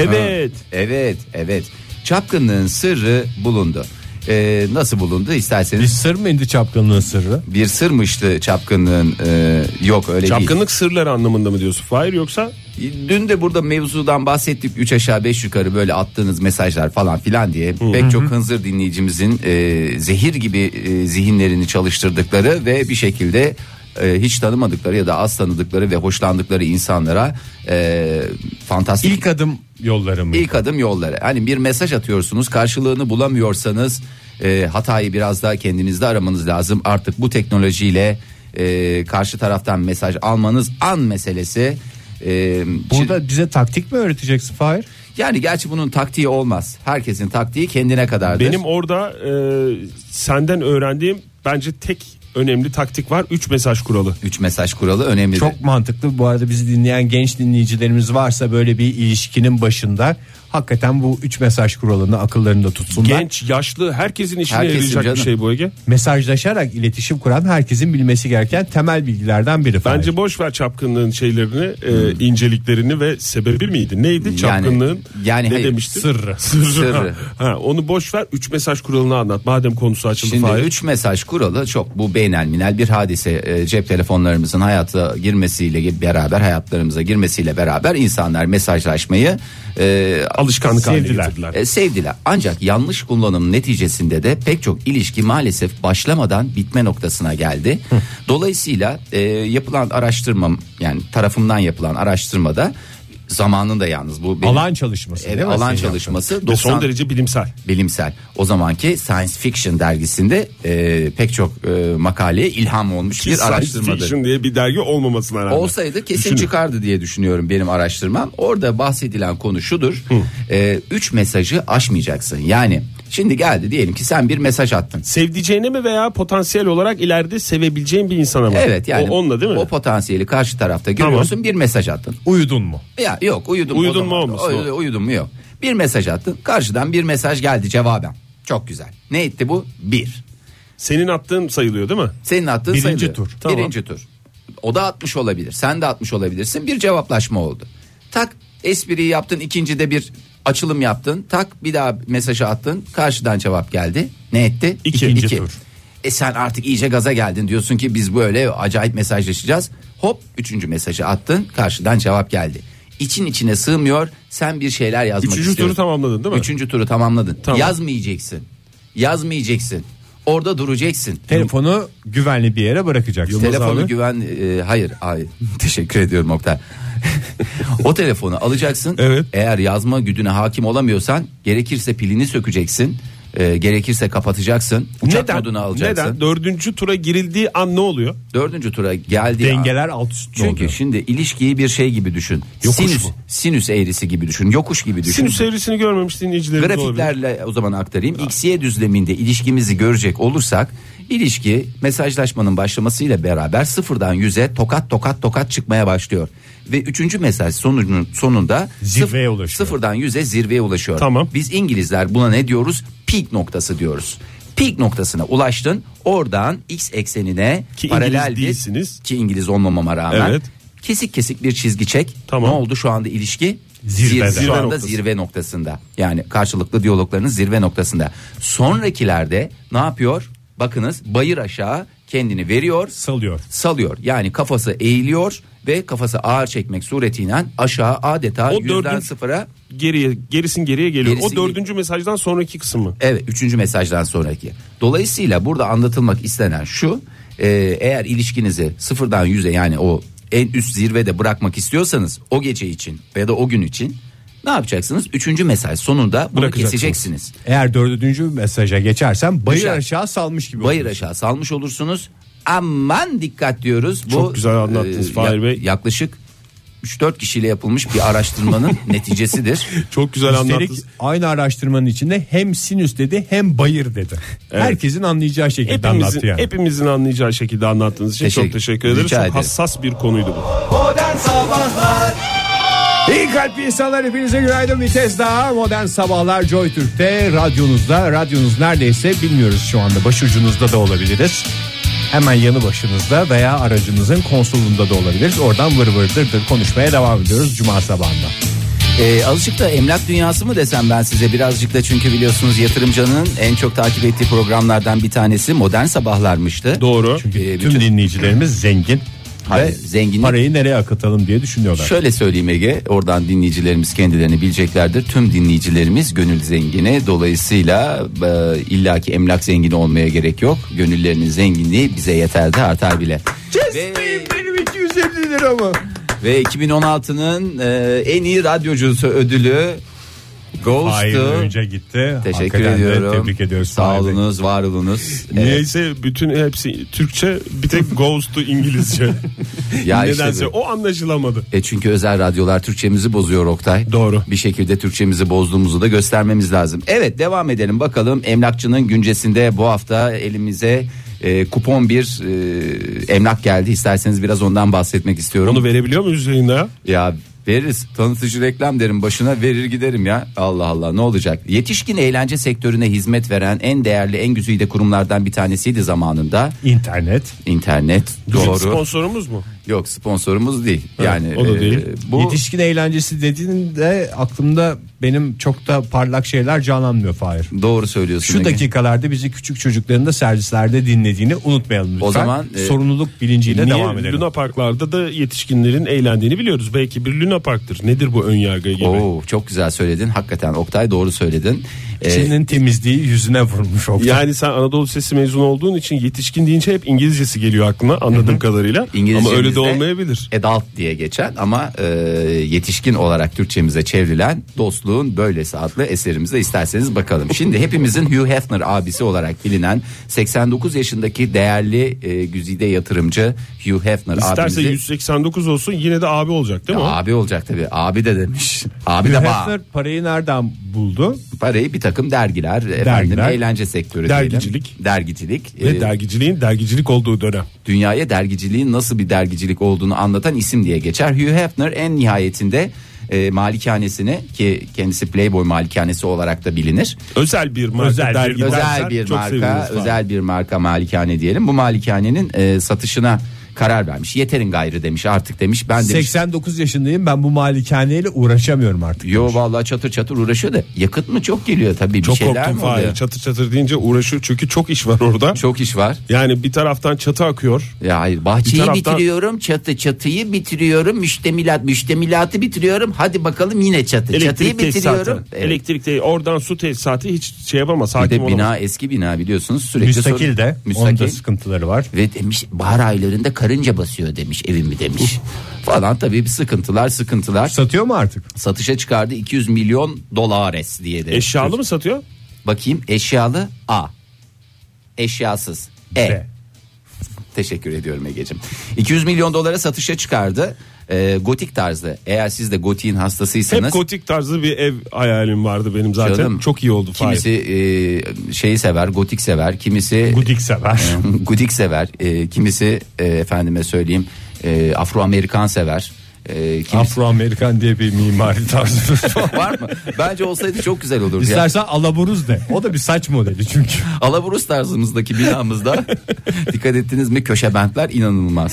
Evet. Çapkınlığın sırrı bulundu. Nasıl bulundu isterseniz? Bir sır mıydı çapkınlığın sırrı? Bir sırmıştı çapkınlığın, yok öyle değil. Çapkınlık sırları anlamında mı diyorsun Fahir, yoksa? Dün de burada mevzudan bahsettik, 3 aşağı 5 yukarı böyle attığınız mesajlar falan filan diye pek çok hınzır dinleyicimizin zehir gibi zihinlerini çalıştırdıkları ve bir şekilde hiç tanımadıkları ya da az tanıdıkları ve hoşlandıkları insanlara fantastik İlk adım yolları mı? İlk adım yolları. Hani bir mesaj atıyorsunuz, karşılığını bulamıyorsanız hatayı biraz daha kendinizde aramanız lazım. Artık bu teknolojiyle karşı taraftan mesaj almanız an meselesi. Burada bize taktik mi öğreteceksin Fahir? Yani gerçi bunun taktiği olmaz. Herkesin taktiği kendine kadardır. Benim orada senden öğrendiğim bence tek önemli taktik var. 3 mesaj kuralı. 3 mesaj kuralı önemli. Çok mantıklı. Bu arada bizi dinleyen genç dinleyicilerimiz varsa böyle bir ilişkinin başında hakikaten bu 3 mesaj kuralını akıllarında tutsunlar. Genç, yaşlı, herkesin işine yarayacak bir şey bu Ege. Mesajlaşarak iletişim kuran herkesin bilmesi gereken temel bilgilerden biri. Bence boş ver çapkınlığın şeylerini, inceliklerini ve sebebi miydi? Neydi çapkınlığın? Yani ne demiştin? Sırrı. Onu boş ver, 3 mesaj kuralını anlat. Madem konusu açıldı. Şimdi 3 mesaj kuralı çok bu beynelminel bir hadise. Cep telefonlarımızın hayata girmesiyle beraber, hayatlarımıza girmesiyle beraber insanlar mesajlaşmayı alışkanlık haline getirdiler. Sevdiler. Ancak yanlış kullanım neticesinde de pek çok ilişki maalesef başlamadan bitme noktasına geldi. Dolayısıyla yapılan araştırma, yani tarafımdan yapılan araştırmada Zamanında yalnız bu benim, Alan çalışması. evet, değil mi? alan Senin çalışması Ve 90 son derece bilimsel. O zamanki Science Fiction dergisinde pek çok makaleye ilham olmuş bir Science araştırmadır. Fiction diye bir dergi olmamasına rağmen. Olsaydı kesin Düşünün. çıkardı diye düşünüyorum benim araştırmam. Orada bahsedilen konu şudur. 3 mesajı aşmayacaksın. Yani şimdi geldi diyelim ki sen bir mesaj attın. Sevdiceğine mi veya potansiyel olarak ileride sevebileceğin bir insana mı? Evet, yani onunla değil mi? o potansiyeli karşı tarafta görüyorsun, bir mesaj attın. Uyudun mu? Ya yok, uyudun Uyudun mu? mu olmasın o? Uyudun mu yok. Bir mesaj attın, karşıdan bir mesaj geldi cevaben. Çok güzel. Ne etti bu? 1. Senin attığın sayılıyor değil mi? Senin attığın Birinci sayılıyor. tur. Tamam. Birinci tur. O da atmış olabilir. Sen de atmış olabilirsin. Bir cevaplaşma oldu. Tak, espriyi yaptın. İkincide bir açılım yaptın. Tak, bir daha mesajı attın. Karşıdan cevap geldi. Ne etti? İkinci İki. tur. Sen artık iyice gaza geldin. Diyorsun ki biz böyle acayip mesajlaşacağız. Hop, 3. mesajı attın. Karşıdan cevap geldi. İçin içine sığmıyor. Sen bir şeyler yazmak 3. istiyorsun. turu tamamladın değil mi? 3. turu tamamladın. Tamam. Yazmayacaksın. Orada duracaksın. Telefonu güvenli bir yere bırakacaksın. Telefonu abi. hayır teşekkür ediyorum Oktay. O telefonu alacaksın. Evet. Eğer yazma güdüne hakim olamıyorsan gerekirse pilini sökeceksin. Gerekirse kapatacaksın. Uçak moduna alacaksın. Neden? 4. tura girildiği an ne oluyor? 4. tura geldiği Dengeler alt üst Çünkü oluyor. şimdi ilişkiyi bir şey gibi düşün. Yokuş mu? Sinüs eğrisi gibi düşün. Yokuş gibi düşün. Sinüs evresini görmemiş dinleyicilerimiz olabilir. Grafiklerle o zaman aktarayım. X-Y düzleminde ilişkimizi görecek olursak, ilişki mesajlaşmanın başlamasıyla beraber 0'dan 100'e tokat çıkmaya başlıyor. Ve 3. mesaj sonunda Zirveye ulaşıyor. 0'dan 100'e zirveye ulaşıyor. Tamam. Biz İngilizler buna ne diyoruz? Peak noktası diyoruz. Peak noktasına ulaştın. Oradan X eksenine Ki paralel İngiliz değilsiniz. ki İngiliz olmamama rağmen Evet. kesik bir çizgi çek. Tamam. Ne oldu şu anda ilişki? Zirvede. Şu Zirve anda noktası. zirve noktasında. Yani karşılıklı diyaloglarının zirve noktasında. Sonrakilerde ne yapıyor? Bakınız, bayır aşağı kendini veriyor, salıyor. Yani kafası eğiliyor ve kafası ağır çekmek suretiyle aşağı adeta O 100'den dördüncü- 0'a. Gerisin geriye geliyor. Gerisi o 4. mesajdan sonraki kısım mı? Evet, 3. mesajdan sonraki. Dolayısıyla burada anlatılmak istenen şu: eğer ilişkinizi 0'dan 100'e, yani o en üst zirvede bırakmak istiyorsanız o gece için ya da o gün için ne yapacaksınız? 3. mesaj sonunda bunu Bırakacaksınız. keseceksiniz. Eğer 4. mesaja geçersen bayır Düşer. aşağı salmış gibi Bayır olursun. aşağı salmış olursunuz. Aman dikkat diyoruz. Çok güzel anlattınız Fahir Bey. Yaklaşık 3-4 kişiyle yapılmış bir araştırmanın neticesidir. Çok güzel Üstelik anlattınız. aynı araştırmanın içinde hem sinüs dedi hem bayır dedi. Evet. Herkesin anlayacağı şekilde anlattı yani. Hepimizin anlayacağı şekilde anlattığınız için çok teşekkür ederiz. Rica Çok ederim. hassas bir konuydu bu. Modern Sabahlar İyi kalpli insanlar, hepinize günaydın. Bir kez daha Modern Sabahlar Joy Türk'te, radyonuzda. Radyonuz neredeyse bilmiyoruz şu anda, başucunuzda da olabiliriz. Hemen yanı başınızda veya aracınızın konsolunda da olabiliriz. Oradan vır vır dır dır konuşmaya devam ediyoruz Cuma sabahında. Azıcık da emlak dünyası mı desem ben size, birazcık da, çünkü biliyorsunuz yatırımcının en çok takip ettiği programlardan bir tanesi Modern Sabahlar'mıştı. Doğru. Çünkü bütün- tüm dinleyicilerimiz zengin. Hayır, Ve zenginlik- parayı nereye akıtalım diye düşünüyorlar. Şöyle söyleyeyim Ege, oradan dinleyicilerimiz kendilerini bileceklerdir. Tüm dinleyicilerimiz gönül zengini. Dolayısıyla illaki emlak zengini olmaya gerek yok. Gönüllerinin zenginliği bize yeter de artar bile. Benim 250 lira mı? Ve 2016'nın en iyi radyocusu ödülü goes Hayır, to... önce gitti. Teşekkür Hakikaten de ediyorum. Tebrik ediyoruz. Sağ Fahir Bey. olunuz, var olunuz. Evet. Niyeyse bütün hepsi Türkçe, bir tek goes to İngilizce. Ya işte Nedense bu. o anlaşılamadı. Çünkü özel radyolar Türkçemizi bozuyor Oktay. Doğru. Bir şekilde Türkçemizi bozduğumuzu da göstermemiz lazım. Evet, devam edelim bakalım. Emlakçının güncesinde bu hafta elimize kupon bir emlak geldi. İsterseniz biraz ondan bahsetmek istiyorum. Onu verebiliyor muyuz yayında ya? Ya veririz, tanıtıcı reklam derim başına, verir giderim ya. Allah Allah, ne olacak? Yetişkin eğlence sektörüne hizmet veren en değerli, en güzide kurumlardan bir tanesiydi zamanında. İnternet. Bizim Doğru. sponsorumuz mu? Yok, sponsorumuz değil. Yani o da değil. bu Yetişkin eğlencesi dediğinde aklımda benim çok da parlak şeyler canlanmıyor Fahir. doğru söylüyorsun. Şu Ege. dakikalarda bizi küçük çocukların da servislerde dinlediğini unutmayalım lütfen. O zaman, sorumluluk bilinciyle Niye devam edelim. Luna Parklarda da yetişkinlerin eğlendiğini biliyoruz. Belki bir Luna Park'tır. Nedir bu ön yargı gibi? Oo, çok güzel söyledin. Hakikaten Oktay, doğru söyledin. İçinin temizliği yüzüne vurmuş oldu. Yani sen Anadolu Lisesi mezunu olduğun için yetişkin deyince hep İngilizcesi geliyor aklına anladığım kadarıyla. Ama öyle de olmayabilir. Adult diye geçen ama yetişkin olarak Türkçemize çevrilen Dostluğun Böylesi adlı eserimize isterseniz bakalım. Şimdi hepimizin Hugh Hefner abisi olarak bilinen 89 yaşındaki değerli güzide yatırımcı Hugh Hefner İsterse abimizi... 189 olsun yine de abi olacak değil mi? Abi olacak tabii. Abi de demiş. Abi Hugh de Hefner parayı nereden buldu? Parayı bir takım dergiler, efendim, eğlence sektörü dergicilik. diyelim. Dergicilik. Ve dergiciliğin dergicilik olduğu dönem. Dünyaya dergiciliğin nasıl bir dergicilik olduğunu anlatan isim diye geçer. Hugh Hefner en nihayetinde malikanesini, ki kendisi Playboy malikanesi olarak da bilinir. Özel bir marka. Özel bir marka malikane diyelim. Bu malikanenin satışına karar vermiş. Yeterin gayrı demiş, artık demiş. Ben demiş 89 yaşındayım, ben bu malikaneyle uğraşamıyorum artık. Yo vallahi çatır çatır uğraşıyor da yakıt mı çok geliyor tabii, çok bir şeyler korktum mi oluyor? Fahir. Çatır çatır deyince uğraşıyor çünkü çok iş var orada. Çok iş var. Yani bir taraftan çatı akıyor. Ya hayır, bahçeyi taraftan... bitiriyorum, çatıyı bitiriyorum, müştemilatı bitiriyorum. Hadi bakalım yine çatıyı bitiriyorum. Evet. Elektrik oradan su tesisatı hiç şey yapamaz. Bir de hakim bina olamaz. eski bina biliyorsunuz, sürekli Müstakil de. Müstakil. Onda sıkıntıları var. Ve demiş bahar aylarında karınca basıyor demiş evimi demiş. Falan tabii bir sıkıntılar. Satıyor mu artık? Satışa çıkardı 200 milyon dolar diye de. Eşyalı mı satıyor? Bakayım, eşyalı A. Eşyasız E. Teşekkür ediyorum Ege'ciğim. 200 milyon dolara satışa çıkardı. Gotik tarzı. Eğer siz de gotiğin hastasıysanız. Hep gotik tarzı bir ev hayalim vardı benim zaten. Canım, çok iyi oldu. Kimisi şeyi sever, gotik sever. Kimisi gudik sever. Gudik sever. Kimisi efendime söyleyeyim Afro-Amerikan sever. Afro-Amerikan diye bir mimari tarzı var mı? Bence olsaydı çok güzel olurdu. İstersen alaburuz de. O da bir saç modeli çünkü. Alaburuz tarzımızdaki binamızda dikkat ettiniz mi, köşebentler inanılmaz.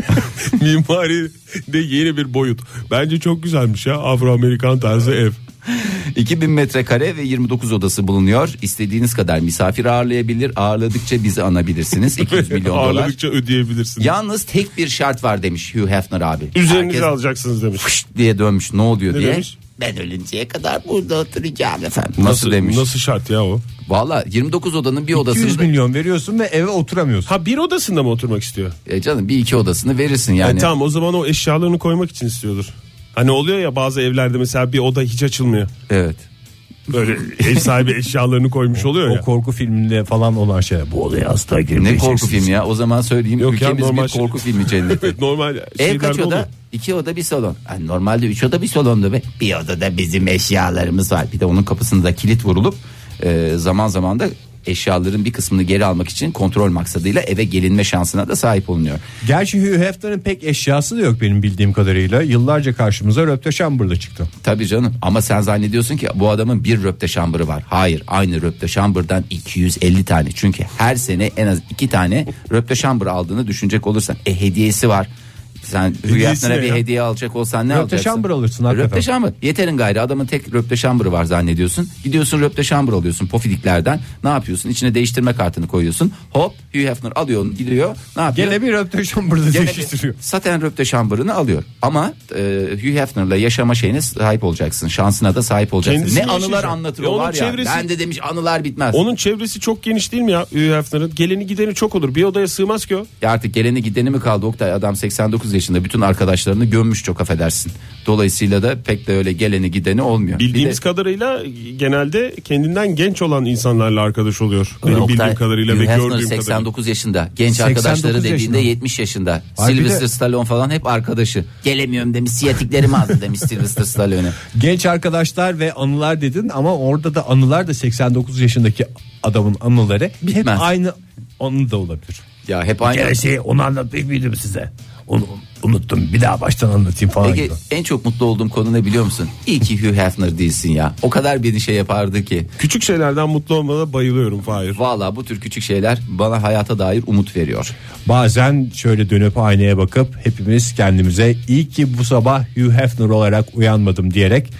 Mimari de yeni bir boyut. Bence çok güzelmiş ya, Afro-Amerikan tarzı ev. 2000 metrekare ve 29 odası bulunuyor. İstediğiniz kadar misafir ağırlayabilir. Ağırladıkça bizi anabilirsiniz. 200 milyon dolar. Ağırladıkça ödeyebilirsiniz. Yalnız tek bir şart var demiş Hugh Hefner abi. Üzerinize alacaksınız demiş. Fışt diye dönmüş, ne oluyor ne diye. Demiş? Ben ölünceye kadar burada oturacağım efendim. Nasıl demiş? Nasıl şart ya o? Valla 29 odanın bir odasını 200 milyon veriyorsun ve eve oturamıyorsun. Ha, bir odasında mı oturmak istiyor? Canım bir iki odasını verirsin yani. Tamam, o zaman o eşyalarını koymak için istiyordur. Hani oluyor ya bazı evlerde mesela bir oda hiç açılmıyor. Evet. Böyle ev sahibi eşyalarını koymuş oluyor ya. O korku filminde falan olan şey. Bu odaya asla girmeyeceksiniz. Ne korku filmi ya? O zaman söyleyeyim. Yok ülkemiz ya, normal bir korku filmi cenneti. Normal Ev kaç oda? oluyor. 2 oda bir salon. Yani normalde 3 oda bir salondu be. Bir odada bizim eşyalarımız var. Bir de onun kapısında kilit vurulup zaman zaman da eşyaların bir kısmını geri almak için kontrol maksadıyla eve gelinme şansına da sahip olunuyor. Gerçi Hugh Hefner'ın pek eşyası da yok benim bildiğim kadarıyla. Yıllarca karşımıza Röpteşambur'da çıktı. Tabii canım, ama sen zannediyorsun ki bu adamın bir röpteşambırı var. Hayır, aynı röpteşambırdan 250 tane. Çünkü her sene en az 2 tane röpteşambır aldığını düşünecek olursan hediyesi var. Sen Hüyatlara bir hediye alacak olsan ne alacaksın? Röpteşambır alırsın hakikaten. Röpteşambır. Yeterin gayrı, adamın tek röpteşambırı var zannediyorsun. Gidiyorsun röpteşambır alıyorsun pofidiklerden. Ne yapıyorsun? İçine değiştirme kartını koyuyorsun. Hop, Hugh Hefner alıyor, gidiyor. Ne yapıyor? Gene bir Röpteşambur'da değiştiriyor. Saten röpteşambırını alıyor. Ama Hugh Hefner'la yaşama şeyine sahip olacaksın. Şansına da sahip olacaksın. Kendisi ne anılar yaşayacak. anlatıyor Onun var ya. çevresi- Ben de demiş anılar bitmez. Onun çevresi çok geniş değil mi ya Hugh Hefner'ın? Geleni gideni çok olur. Bir odaya sığmaz ki o. Ya artık geleni gideni mi kaldı Oktay? Adam 89 yaşında, bütün arkadaşlarını gömmüş, çok affedersin. Dolayısıyla da pek de öyle geleni gideni olmuyor. Bildiğimiz kadarıyla genelde kendinden genç olan insanlarla arkadaş oluyor. Benim bildiğim kadarıyla ve Hugh Hefner gördüğüm kadarıyla. 89 yaşında. Genç 89 arkadaşları dediğinde yaşında. 70 yaşında. Ay, bir Sylvester de- Stallone falan hep arkadaşı. Gelemiyorum demiş, siyatiklerim ağzı demiş Sylvester Stallone'e. Genç arkadaşlar ve anılar dedin ama orada da anılar da 89 yaşındaki adamın anıları Bitmez. hep aynı anı da olabilir. Ya hep aynı. Onu anlatmayı mıydım size? Onu unuttum, bir daha baştan anlatayım falan Ege, gibi. en çok mutlu olduğum konu ne biliyor musun? İyi ki Hugh Hefner değilsin ya. O kadar beni şey yapardı ki. Küçük şeylerden mutlu olmana bayılıyorum Fahir. Valla bu tür küçük şeyler bana hayata dair umut veriyor. Bazen şöyle dönüp aynaya bakıp hepimiz kendimize iyi ki bu sabah Hugh Hefner olarak uyanmadım diyerek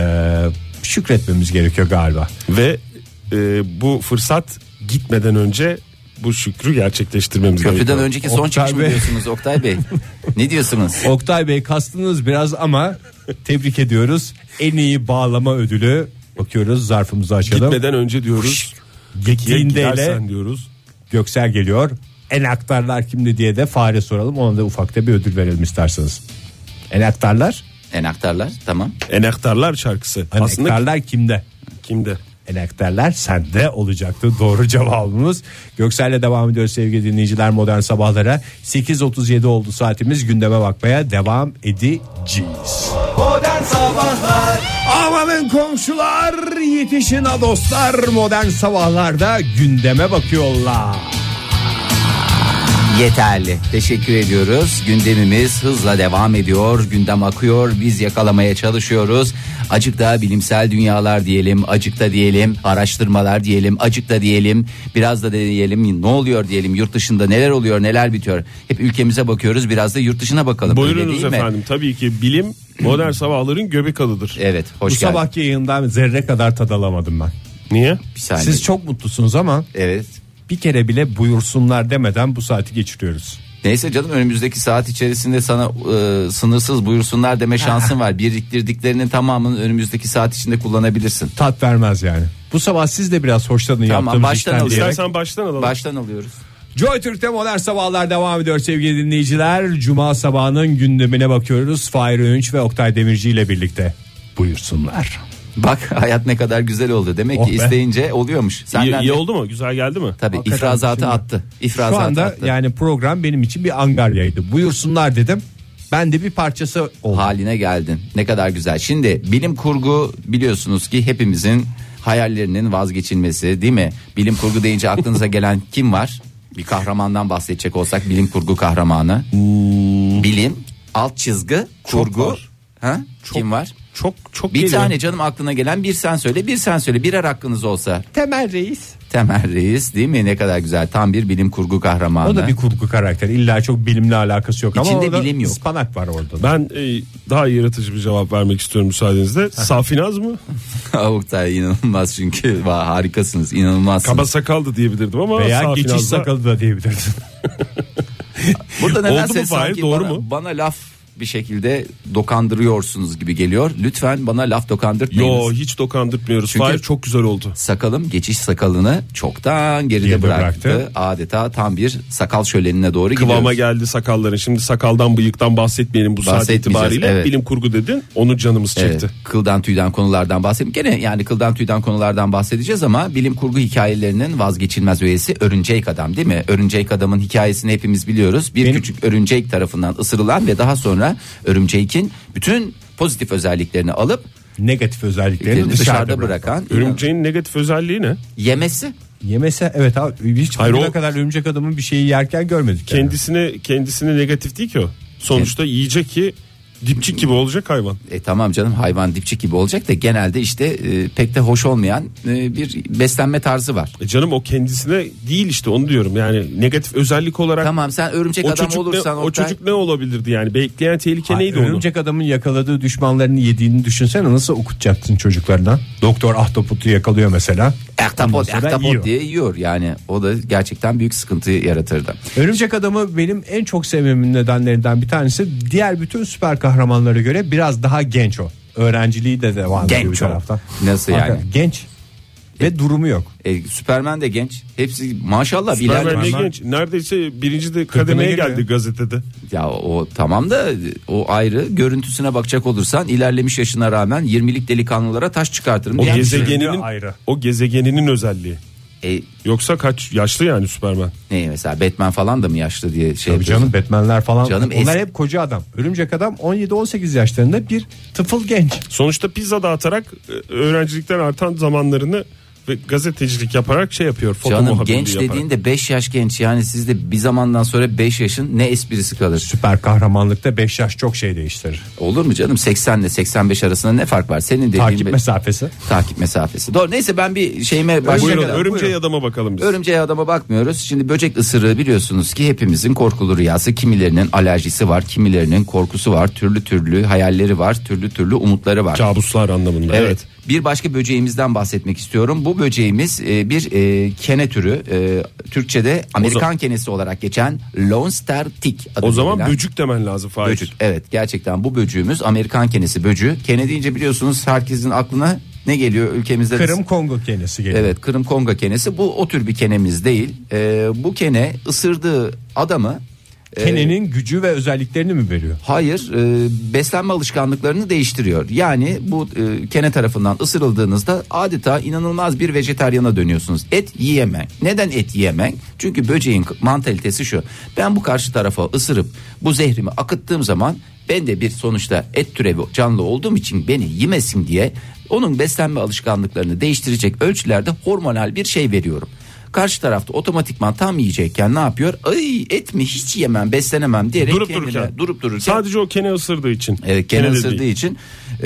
şükretmemiz gerekiyor galiba. Ve bu fırsat gitmeden önce bu şükrü gerçekleştirmemiz gerekiyor. Köprüden önceki son Oktay çıkış mı Bey. diyorsunuz Oktay Bey? Ne diyorsunuz? Oktay Bey, kastınız biraz ama tebrik ediyoruz. En iyi bağlama ödülü Bakıyoruz, zarfımızı açalım. Gitmeden önce diyoruz. Gittiğinde Gidersen diyoruz. Göksel geliyor. Enaktarlar kimdi diye de Fahre soralım. Ona da ufakta bir ödül verelim isterseniz. Enaktarlar? Enaktarlar, tamam. Enaktarlar şarkısı. Aslında Enaktarlar kimde? kimde? Enaktarlar sende olacaktı doğru cevabımız. Göksel'le devam ediyoruz sevgili dinleyiciler modern sabahlara. 8.37 oldu saatimiz, gündeme bakmaya devam edeceğiz. Modern Sabahlar. Amanın komşular, yetişin ha dostlar, modern sabahlarda gündeme bakıyorlar. Yeterli. Teşekkür ediyoruz. Gündemimiz hızla devam ediyor. Gündem akıyor. Biz yakalamaya çalışıyoruz. Acık da bilimsel dünyalar diyelim, acık da diyelim, araştırmalar diyelim, acık da diyelim, biraz da diyelim, ne oluyor diyelim, yurt dışında neler oluyor, neler bitiyor. Hep ülkemize bakıyoruz, biraz da yurt dışına bakalım. Buyurunuz efendim. Tabii ki bilim modern sabahların göbek adıdır. Evet, hoş Bu geldin. sabahki yayından zerre kadar tad alamadım ben. Niye? Bir saniye. Siz çok mutlusunuz ama Evet. bir kere bile buyursunlar demeden bu saati geçiriyoruz. Neyse canım, önümüzdeki saat içerisinde sana sınırsız buyursunlar deme şansın var. Biriktirdiklerinin tamamını önümüzdeki saat içinde kullanabilirsin. Tat vermez yani. Bu sabah siz de biraz hoşlanın Tamam, yaptığımız baştan işten alalım. diyerek. İstersen baştan alalım. Baştan alıyoruz. Joy Türk'te modern sabahlar devam ediyor sevgili dinleyiciler. Cuma sabahının gündemine bakıyoruz. Fahir Öğünç ve Oktay Demirci ile birlikte. Buyursunlar. Bak, hayat ne kadar güzel oldu. Demek Oh ki be. isteyince oluyormuş. Senden İyi de- oldu mu? Güzel geldi mi? Tabii Hakikaten ifrazatı şimdi- attı. Şu İfrazatı anda attı. yani program benim için bir angaryaydı. Buyursunlar dedim. Ben de bir parçası oldum. Haline geldin. Ne kadar güzel. Şimdi bilim kurgu biliyorsunuz ki hepimizin hayallerinin vazgeçilmesi, değil mi? Bilim kurgu deyince aklınıza gelen kim var? Bir kahramandan bahsedecek olsak, bilim kurgu kahramanı. Bilim, alt çizgi, kurgu. var. Ha? Kim var? Çok Bir geliyor. tane canım aklına gelen, bir sen söyle, bir sen söyle. Birer hakkınız olsa. Temel Reis. Temel Reis, değil mi? Ne kadar güzel. Tam bir bilim kurgu kahramanı. O da bir kurgu karakter. İlla çok bilimle alakası yok ama İçinde orada bilim yok. ıspanak var orada. Ben daha yaratıcı bir cevap vermek istiyorum müsaadenizle. Safinaz mı? Oktay inanılmaz, çünkü harikasınız, inanılmazsınız. Kaba sakaldı diyebilirdim ama Veya Safinaz geçiş da- sakalı da diyebilirsin. Burada Oldu mu nedense Fahir, sanki doğru bana, mu? bana laf bir şekilde dokandırıyorsunuz gibi geliyor. Lütfen bana laf dokandırtmayınız. Yo, hiç dokandırtmıyoruz. Çünkü- Fahir çok güzel oldu. Sakalım geçiş sakalını çoktan geride bıraktı. Adeta tam bir sakal şölenine doğru Kıvama gidiyoruz. geldi sakalların. Şimdi sakaldan bıyıktan bahsetmeyelim bu saat Bahsetmeyeceğiz, itibariyle. evet. Bilim kurgu dedin. Onu canımız çekti. Evet, kıldan tüyden konulardan bahsedeyim. Gene yani kıldan tüyden konulardan bahsedeceğiz ama bilim kurgu hikayelerinin vazgeçilmez üyesi Örümcek Adam, değil mi? Örümcek Adam'ın hikayesini hepimiz biliyoruz. Bir küçük örümcek tarafından ısırılan ve daha sonra örümceğin bütün pozitif özelliklerini alıp Negatif özelliklerini dışarıda dışarıda bırakan Örümceğin negatif özelliği ne? yemesi. Yemese evet abi, hiç Hayır, bugüne o- kadar örümcek adamın bir şeyi yerken görmedik. yani. Kendisine negatif değil ki o. Sonuçta yiyecek ki dipçik gibi olacak hayvan. Tamam canım, hayvan dipçik gibi olacak da genelde işte pek de hoş olmayan bir beslenme tarzı var. Canım o kendisine değil işte, onu diyorum. Yani negatif özellik olarak Tamam, sen örümcek o adam çocuk olursan o Oktay, çocuk ne olabilirdi yani? Bekleyen tehlike Hayır, neydi onu? örümcek adamın yakaladığı düşmanlarını yediğini düşünsene, nasıl okutacaksın çocuklarına? Doktor ahtapotu yakalıyor mesela. ahtapot Ondan sonra yiyor. diye yiyor, yani o da gerçekten büyük sıkıntı yaratırdı. Örümcek adamı benim en çok sevmemin nedenlerinden bir tanesi, diğer bütün süper kahramanlara göre biraz daha genç o. Öğrenciliği de devam ediyor bir Genç o. taraftan. Nasıl yani? Hakikaten genç ve durumu yok. Süperman de genç. Hepsi maşallah Süperman ilerlemiş. ne genç. Neredeyse birinci de kademeye geliyor. geldi gazetede. Ya o tamam da o ayrı. Görüntüsüne bakacak olursan ilerlemiş yaşına rağmen 20'lik delikanlılara taş çıkartırım. O diyen bir şey. gezegeninin ayrı. o gezegeninin özelliği. Yoksa kaç yaşlı yani Süperman? Ne mesela Batman falan da mı yaşlı diye şey Tabii yapıyorsun? canım, Batman'ler falan Canım onlar eski- hep koca adam. Örümcek adam 17-18 yaşlarında bir tıfıl genç. Sonuçta pizza dağıtarak öğrencilikten artan zamanlarını ve gazetecilik yaparak şey yapıyor. Foto Canım muhabirliği genç yaparak. dediğinde 5 yaş genç, yani sizde bir zamandan sonra 5 yaşın ne esprisi kalır? Süper kahramanlıkta 5 yaş çok şey değiştirir. Olur mu canım, 80 ile 85 arasında ne fark var? Senin dediğin Takip mesafesi. takip mesafesi. Doğru, neyse ben bir şeyime Buyurun, başlayayım. örümceğe adama bakalım biz. Örümceğe adama bakmıyoruz. Şimdi böcek ısırığı biliyorsunuz ki hepimizin korkulu rüyası. Kimilerinin alerjisi var, kimilerinin korkusu var, türlü türlü hayalleri var, türlü türlü umutları var. Kabuslar anlamında. Evet. Bir başka böceğimizden bahsetmek istiyorum. Bu böceğimiz bir kene türü. Türkçe'de Amerikan kenesi olarak geçen Lone Star Tick adı O zaman verilen. böcük demen lazım Fahir. Böcük. Evet, gerçekten bu böcüğümüz Amerikan kenesi böcüğü. Kene deyince biliyorsunuz herkesin aklına ne geliyor ülkemizde? Kırım Kongo kenesi geliyor. Evet, Kırım Kongo kenesi. Bu o tür bir kenemiz değil. Bu kene ısırdığı adamı Kenenin gücü ve özelliklerini mi veriyor? hayır, beslenme alışkanlıklarını değiştiriyor. Yani bu kene tarafından ısırıldığınızda adeta inanılmaz bir vejetaryana dönüyorsunuz. Et yiyemem. Neden et yiyemem? Çünkü böceğin mantalitesi şu: ben bu karşı tarafa ısırıp bu zehrimi akıttığım zaman ben de bir sonuçta et türevi canlı olduğum için beni yemesin diye onun beslenme alışkanlıklarını değiştirecek ölçülerde hormonal bir şey veriyorum. Karşı tarafta otomatikman tam yiyecekken ne yapıyor? Ay, et mi, hiç yemem, beslenemem diyerek durup dururken sadece o kene ısırdığı için. Evet, kene ısırdığı için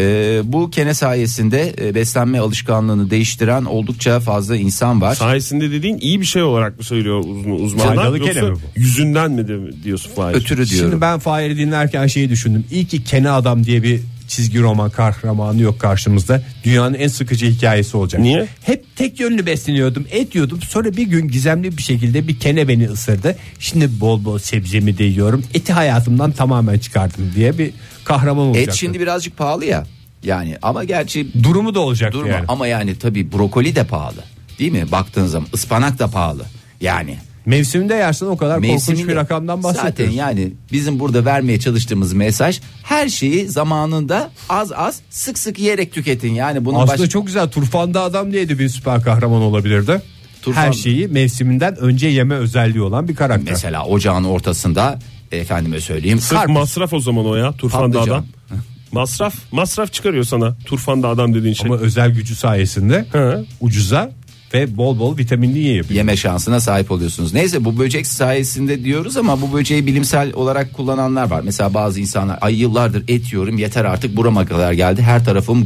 bu kene sayesinde beslenme alışkanlığını değiştiren oldukça fazla insan var. Sayesinde dediğin iyi bir şey olarak mı söylüyor uzmanlar, Faydalı yoksa kene mi bu? yüzünden mi diyorsun Fahir? Ötürü diyorum. Şimdi ben Fahir'i dinlerken şeyi düşündüm. İyi ki Kene Adam diye bir çizgi roman kahramanı yok karşımızda. Dünyanın en sıkıcı hikayesi olacak. Niye? Hep tek yönlü besleniyordum, et yiyordum. Sonra bir gün gizemli bir şekilde bir kene beni ısırdı. Şimdi bol bol sebzemi de yiyorum. Eti hayatımdan tamamen çıkardım diye bir kahraman olacaktı. Et şimdi birazcık pahalı ya. Yani ama gerçi Durumu da olacaktı yani. ama yani tabii brokoli de pahalı. Değil mi? Baktığın zaman ıspanak da pahalı. Yani Mevsiminde yersen o kadar korkunç mevsiminde bir rakamdan bahsediyoruz. zaten yani bizim burada vermeye çalıştığımız mesaj, her şeyi zamanında az az sık sık yiyerek tüketin. Yani bunun Aslında çok güzel. Turfanda Adam diye de bir süper kahraman olabilirdi. Her şeyi mevsiminden önce yeme özelliği olan bir karakter. mesela ocağın ortasında efendime söyleyeyim Sırf masraf o zaman o ya, Turfanda Patlıcan. Adam. Masraf çıkarıyor sana Turfanda Adam dediğin şey. Ama özel gücü sayesinde ucuza ve bol bol vitaminli yiyebiliyor. yeme şansına sahip oluyorsunuz. Neyse, bu böcek sayesinde diyoruz ama bu böceği bilimsel olarak kullananlar var. Mesela bazı insanlar, ay yıllardır et yiyorum, yeter artık, burama kadar geldi, her tarafım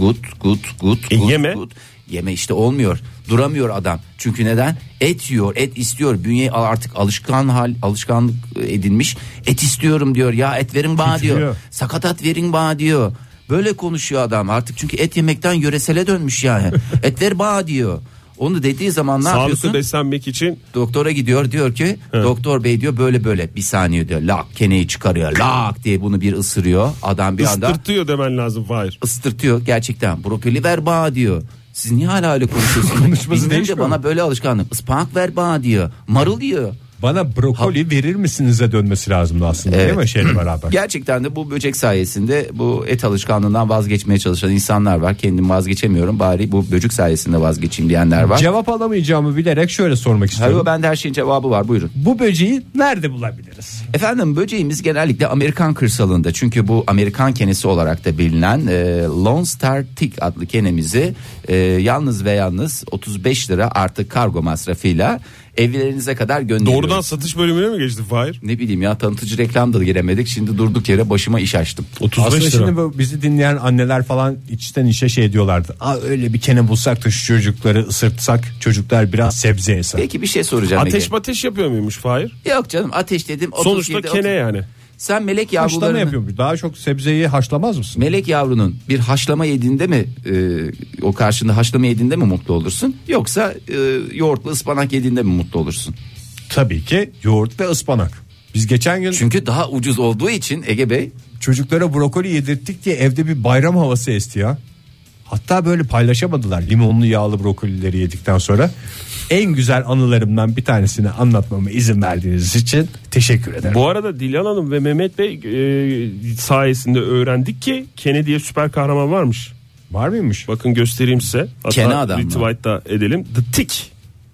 gut. Yeme. Yeme işte, olmuyor. Duramıyor adam. Çünkü neden? Et yiyor, et istiyor. Bünye artık alışkanlık edinmiş. Et istiyorum diyor. Ya et verin bana diyor. Sakatat verin bana diyor. Böyle konuşuyor adam artık, çünkü et yemekten yöresele dönmüş yani. Et ver bana diyor. Onu dediği zaman ne yapıyorsun? Sağlıklı beslenmek için Doktora gidiyor, diyor ki doktor bey diyor böyle bir saniye diyor, lak keneyi çıkarıyor, lak diye bunu bir ısırıyor. Adam bir anda ısırtıyor demen lazım Fahir. ısırtıyor gerçekten. Brokoli ver bana diyor. Siz niye hala öyle konuşuyorsunuz? Konuşması Bilmem de değişmiyor bana mu? böyle alışkanlık. Ispanak ver bana diyor. Marul diyor. Bana brokoli verir misiniz'e dönmesi lazımdı aslında, değil mi şeyle beraber? Gerçekten de bu böcek sayesinde bu et alışkanlığından vazgeçmeye çalışan insanlar var. Kendim vazgeçemiyorum, bari bu böcek sayesinde vazgeçeyim diyenler var. Cevap alamayacağımı bilerek şöyle sormak istiyorum. Hayır, bende her şeyin cevabı var, buyurun. Bu böceği nerede bulabiliriz? Efendim, böceğimiz genellikle Amerikan kırsalında, çünkü bu Amerikan kenesi olarak da bilinen Lone Star Tick adlı kenemizi yalnız ve yalnız 35 lira artı kargo masrafıyla evlerinize kadar gönderiyoruz. Doğrudan satış bölümüne mi geçti Fahir? Ne bileyim ya, tanıtıcı reklam da giremedik, şimdi durduk yere başıma iş açtım. 35 Aslında lira. şimdi bu bizi dinleyen anneler falan içten içe şey diyorlardı. Öyle bir kene bulsak da şu çocukları ısırtsak, çocuklar biraz sebze yese. Peki bir şey soracağım. Ateş yapıyor muymuş Fahir? Yok canım, ateş dedim. Sonuçta kene yani. Sen melek Haşlama yavrularını, yapıyormuş. Daha çok sebzeyi haşlamaz mısın? melek yavrunun bir haşlama yediğinde mi o karşında haşlama yediğinde mi mutlu olursun, yoksa yoğurtlu ıspanak yediğinde mi mutlu olursun? Tabii ki yoğurt ve ıspanak. Biz geçen gün Çünkü daha ucuz olduğu için Ege Bey. çocuklara brokoli yedirttik diye evde bir bayram havası esti ya. Hatta böyle paylaşamadılar limonlu yağlı brokolileri yedikten sonra. En güzel anılarımdan bir tanesini anlatmama izin verdiğiniz için teşekkür ederim. Bu arada Dilan Hanım ve Mehmet Bey sayesinde öğrendik ki Kene diye süper kahraman varmış. Var mıymış? Bakın göstereyim size. Hatta Kene adam mı? retweet da edelim. The Tick.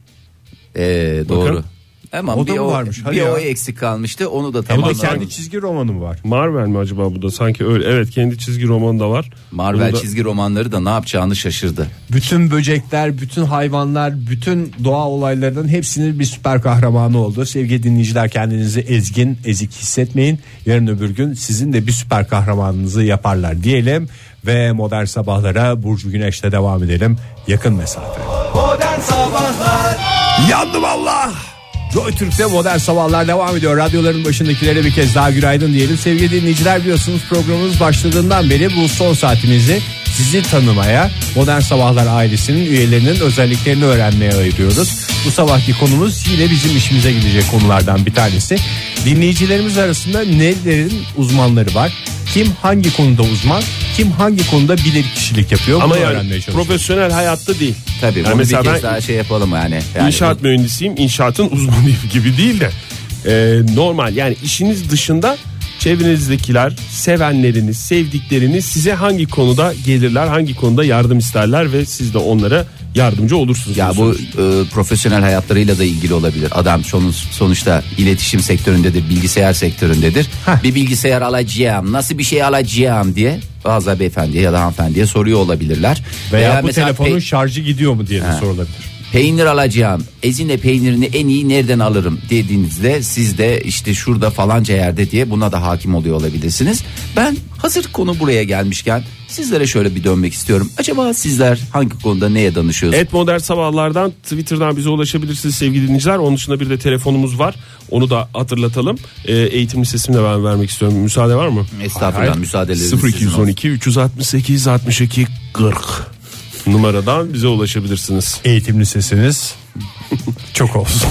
Doğru. Bakın. Ama O da bir mı o, varmış? Hadi bir ya. o eksik kalmıştı, onu da Hem de tamamladım. kendi çizgi romanı mı var? Marvel mi acaba bu da? Sanki öyle. Evet, kendi çizgi romanı da var. Marvel Bunu da- çizgi romanları da ne yapacağını şaşırdı. Bütün böcekler, bütün hayvanlar, bütün doğa olaylarının hepsinin bir süper kahramanı oldu. Sevgili dinleyiciler, kendinizi ezgin, ezik hissetmeyin. Yarın öbür gün sizin de bir süper kahramanınızı yaparlar diyelim. Ve modern sabahlara Burcu Güneş'le devam edelim. Yakın mesafe. Modern Sabahlar. Yandım Allah. Joy Türk'te modern sabahlar devam ediyor. Radyoların başındakilere bir kez daha günaydın diyelim. Sevgili dinleyiciler, biliyorsunuz programımız başladığından beri bu son saatimizi sizi tanımaya, modern sabahlar ailesinin üyelerinin özelliklerini öğrenmeye ayırıyoruz. Bu sabahki konumuz yine bizim işimize gidecek konulardan bir tanesi. Dinleyicilerimiz arasında nelerin uzmanları var? Kim hangi konuda uzman? kim hangi konuda bilir kişilik yapıyor Ama bunu yani öğrenmeye çalışıyoruz. profesyonel hayatta değil. Tabii Yani bunu bir mesela kez daha şey yapalım yani. İnşaat mühendisiyim, inşaatın uzmanıyım gibi değil de normal yani işiniz dışında çevrenizdekiler, sevenleriniz, sevdikleriniz size hangi konuda gelirler, hangi konuda yardım isterler ve siz de onlara yardımcı olursunuz. Ya bu profesyonel hayatlarıyla da ilgili olabilir. Adam sonuçta iletişim sektöründedir, bilgisayar sektöründedir. Bir bilgisayar alacağım, nasıl bir şey alacağım diye bazı beyefendiye ya da hanımefendiye soruyor olabilirler. Veya bu telefonun şarjı gidiyor mu diye de sorulabilir. Peynir alacağım, Ezine peynirini en iyi nereden alırım dediğinizde siz de işte şurada falanca yerde diye buna da hakim oluyor olabilirsiniz. Ben hazır konu buraya gelmişken sizlere şöyle bir dönmek istiyorum. Acaba sizler hangi konuda neye danışıyorsunuz? Modern Sabahlar'dan Twitter'dan bize ulaşabilirsiniz sevgili dinleyiciler. Onun dışında bir de telefonumuz var. Onu da hatırlatalım. Eğitim listesini de ben vermek istiyorum. Müsaade var mı? Estağfurullah, müsaadeleriniz 0212 368 62 40 numaradan bize ulaşabilirsiniz. Eğitim lisesiniz çok olsun.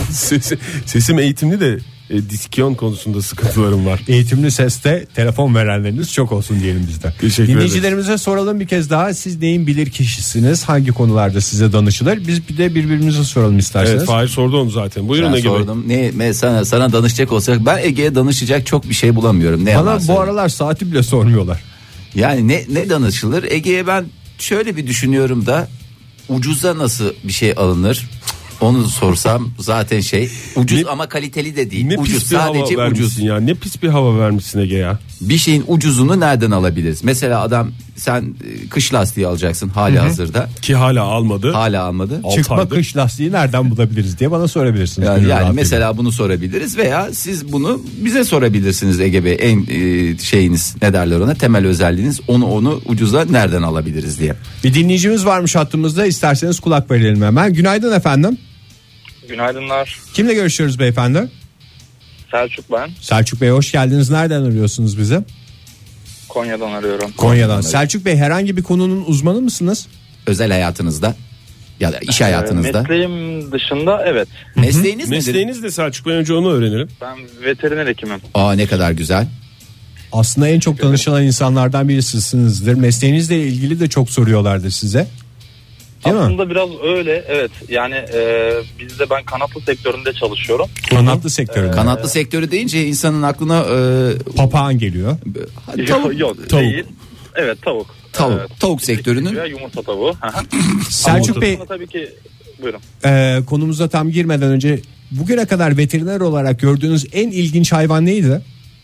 Sesim eğitimli de diksiyon konusunda sıkıntılarım var. Eğitimli seste telefon verenleriniz çok olsun diyelim biz de. Teşekkür Dinleyicilerimize soralım bir kez daha. Siz neyin bilir kişisiniz? Hangi konularda size danışılır? Biz bir de birbirimize soralım isterseniz. Evet, Fahir sordu onu zaten. Buyurun Ben Ege sordum. Sana danışacak olsak ben Ege'ye danışacak çok bir şey bulamıyorum. Bana bu aralar saati bile sormuyorlar. Yani ne danışılır? Ege'ye ben şöyle bir düşünüyorum da ucuza nasıl bir şey alınır? Onu sorsam zaten ucuz ama kaliteli de değil. Ne Ucuz, pis bir hava sadece vermişsin ucuz. ya. Ne pis bir hava vermişsin Ege ya. Bir şeyin ucuzunu nereden alabiliriz? Mesela adam sen kış lastiği alacaksın hali hazırda. Ki hala almadı. Hala almadı. Çıkma aydır. kış lastiği nereden bulabiliriz diye bana sorabilirsiniz. Yani mesela bunu sorabiliriz veya siz bunu bize sorabilirsiniz Ege Bey. En şeyiniz ne derler ona, temel özelliğiniz onu ucuza nereden alabiliriz diye. Bir dinleyicimiz varmış hattımızda, isterseniz kulak verelim hemen. Günaydın efendim. Günaydınlar. Kimle görüşüyoruz beyefendi? Selçuk ben. Selçuk Bey hoş geldiniz. Nereden arıyorsunuz bizi? Konya'dan arıyorum. Konya'dan. Selçuk Bey herhangi bir konunun uzmanı mısınız? Özel hayatınızda ya da iş hayatınızda. Mesleğim dışında evet. Mesleğiniz nedir? Mesleğiniz de Selçuk Bey, önce onu öğrenelim. Ben veteriner hekimim. Aa, ne kadar güzel. Aslında en çok danışılan insanlardan birisinizdir. Mesleğinizle ilgili de çok soruyorlardır size. Değil Aslında mi? biraz öyle evet. Yani bizde ben kanatlı sektöründe çalışıyorum. Kanatlı sektörü. Kanatlı sektörü deyince insanın aklına Papağan geliyor. tavuk, Yok Tavuk. değil. Evet tavuk. tavuk sektörünün. Veya yumurta tavuğu. Selçuk Bey, Ama tabii ki buyurun. konumuza tam girmeden önce bugüne kadar veteriner olarak gördüğünüz en ilginç hayvan neydi?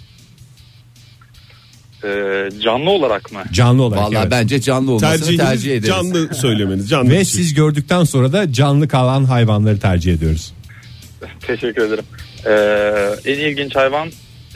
Canlı olarak mı? Canlı olarak. Vallahi evet. bence canlı olmasını tercih ederiz. Canlı söylemeniz. Canlı Ve bir şey. siz gördükten sonra da canlı kalan hayvanları tercih ediyoruz. Teşekkür ederim. En ilginç hayvan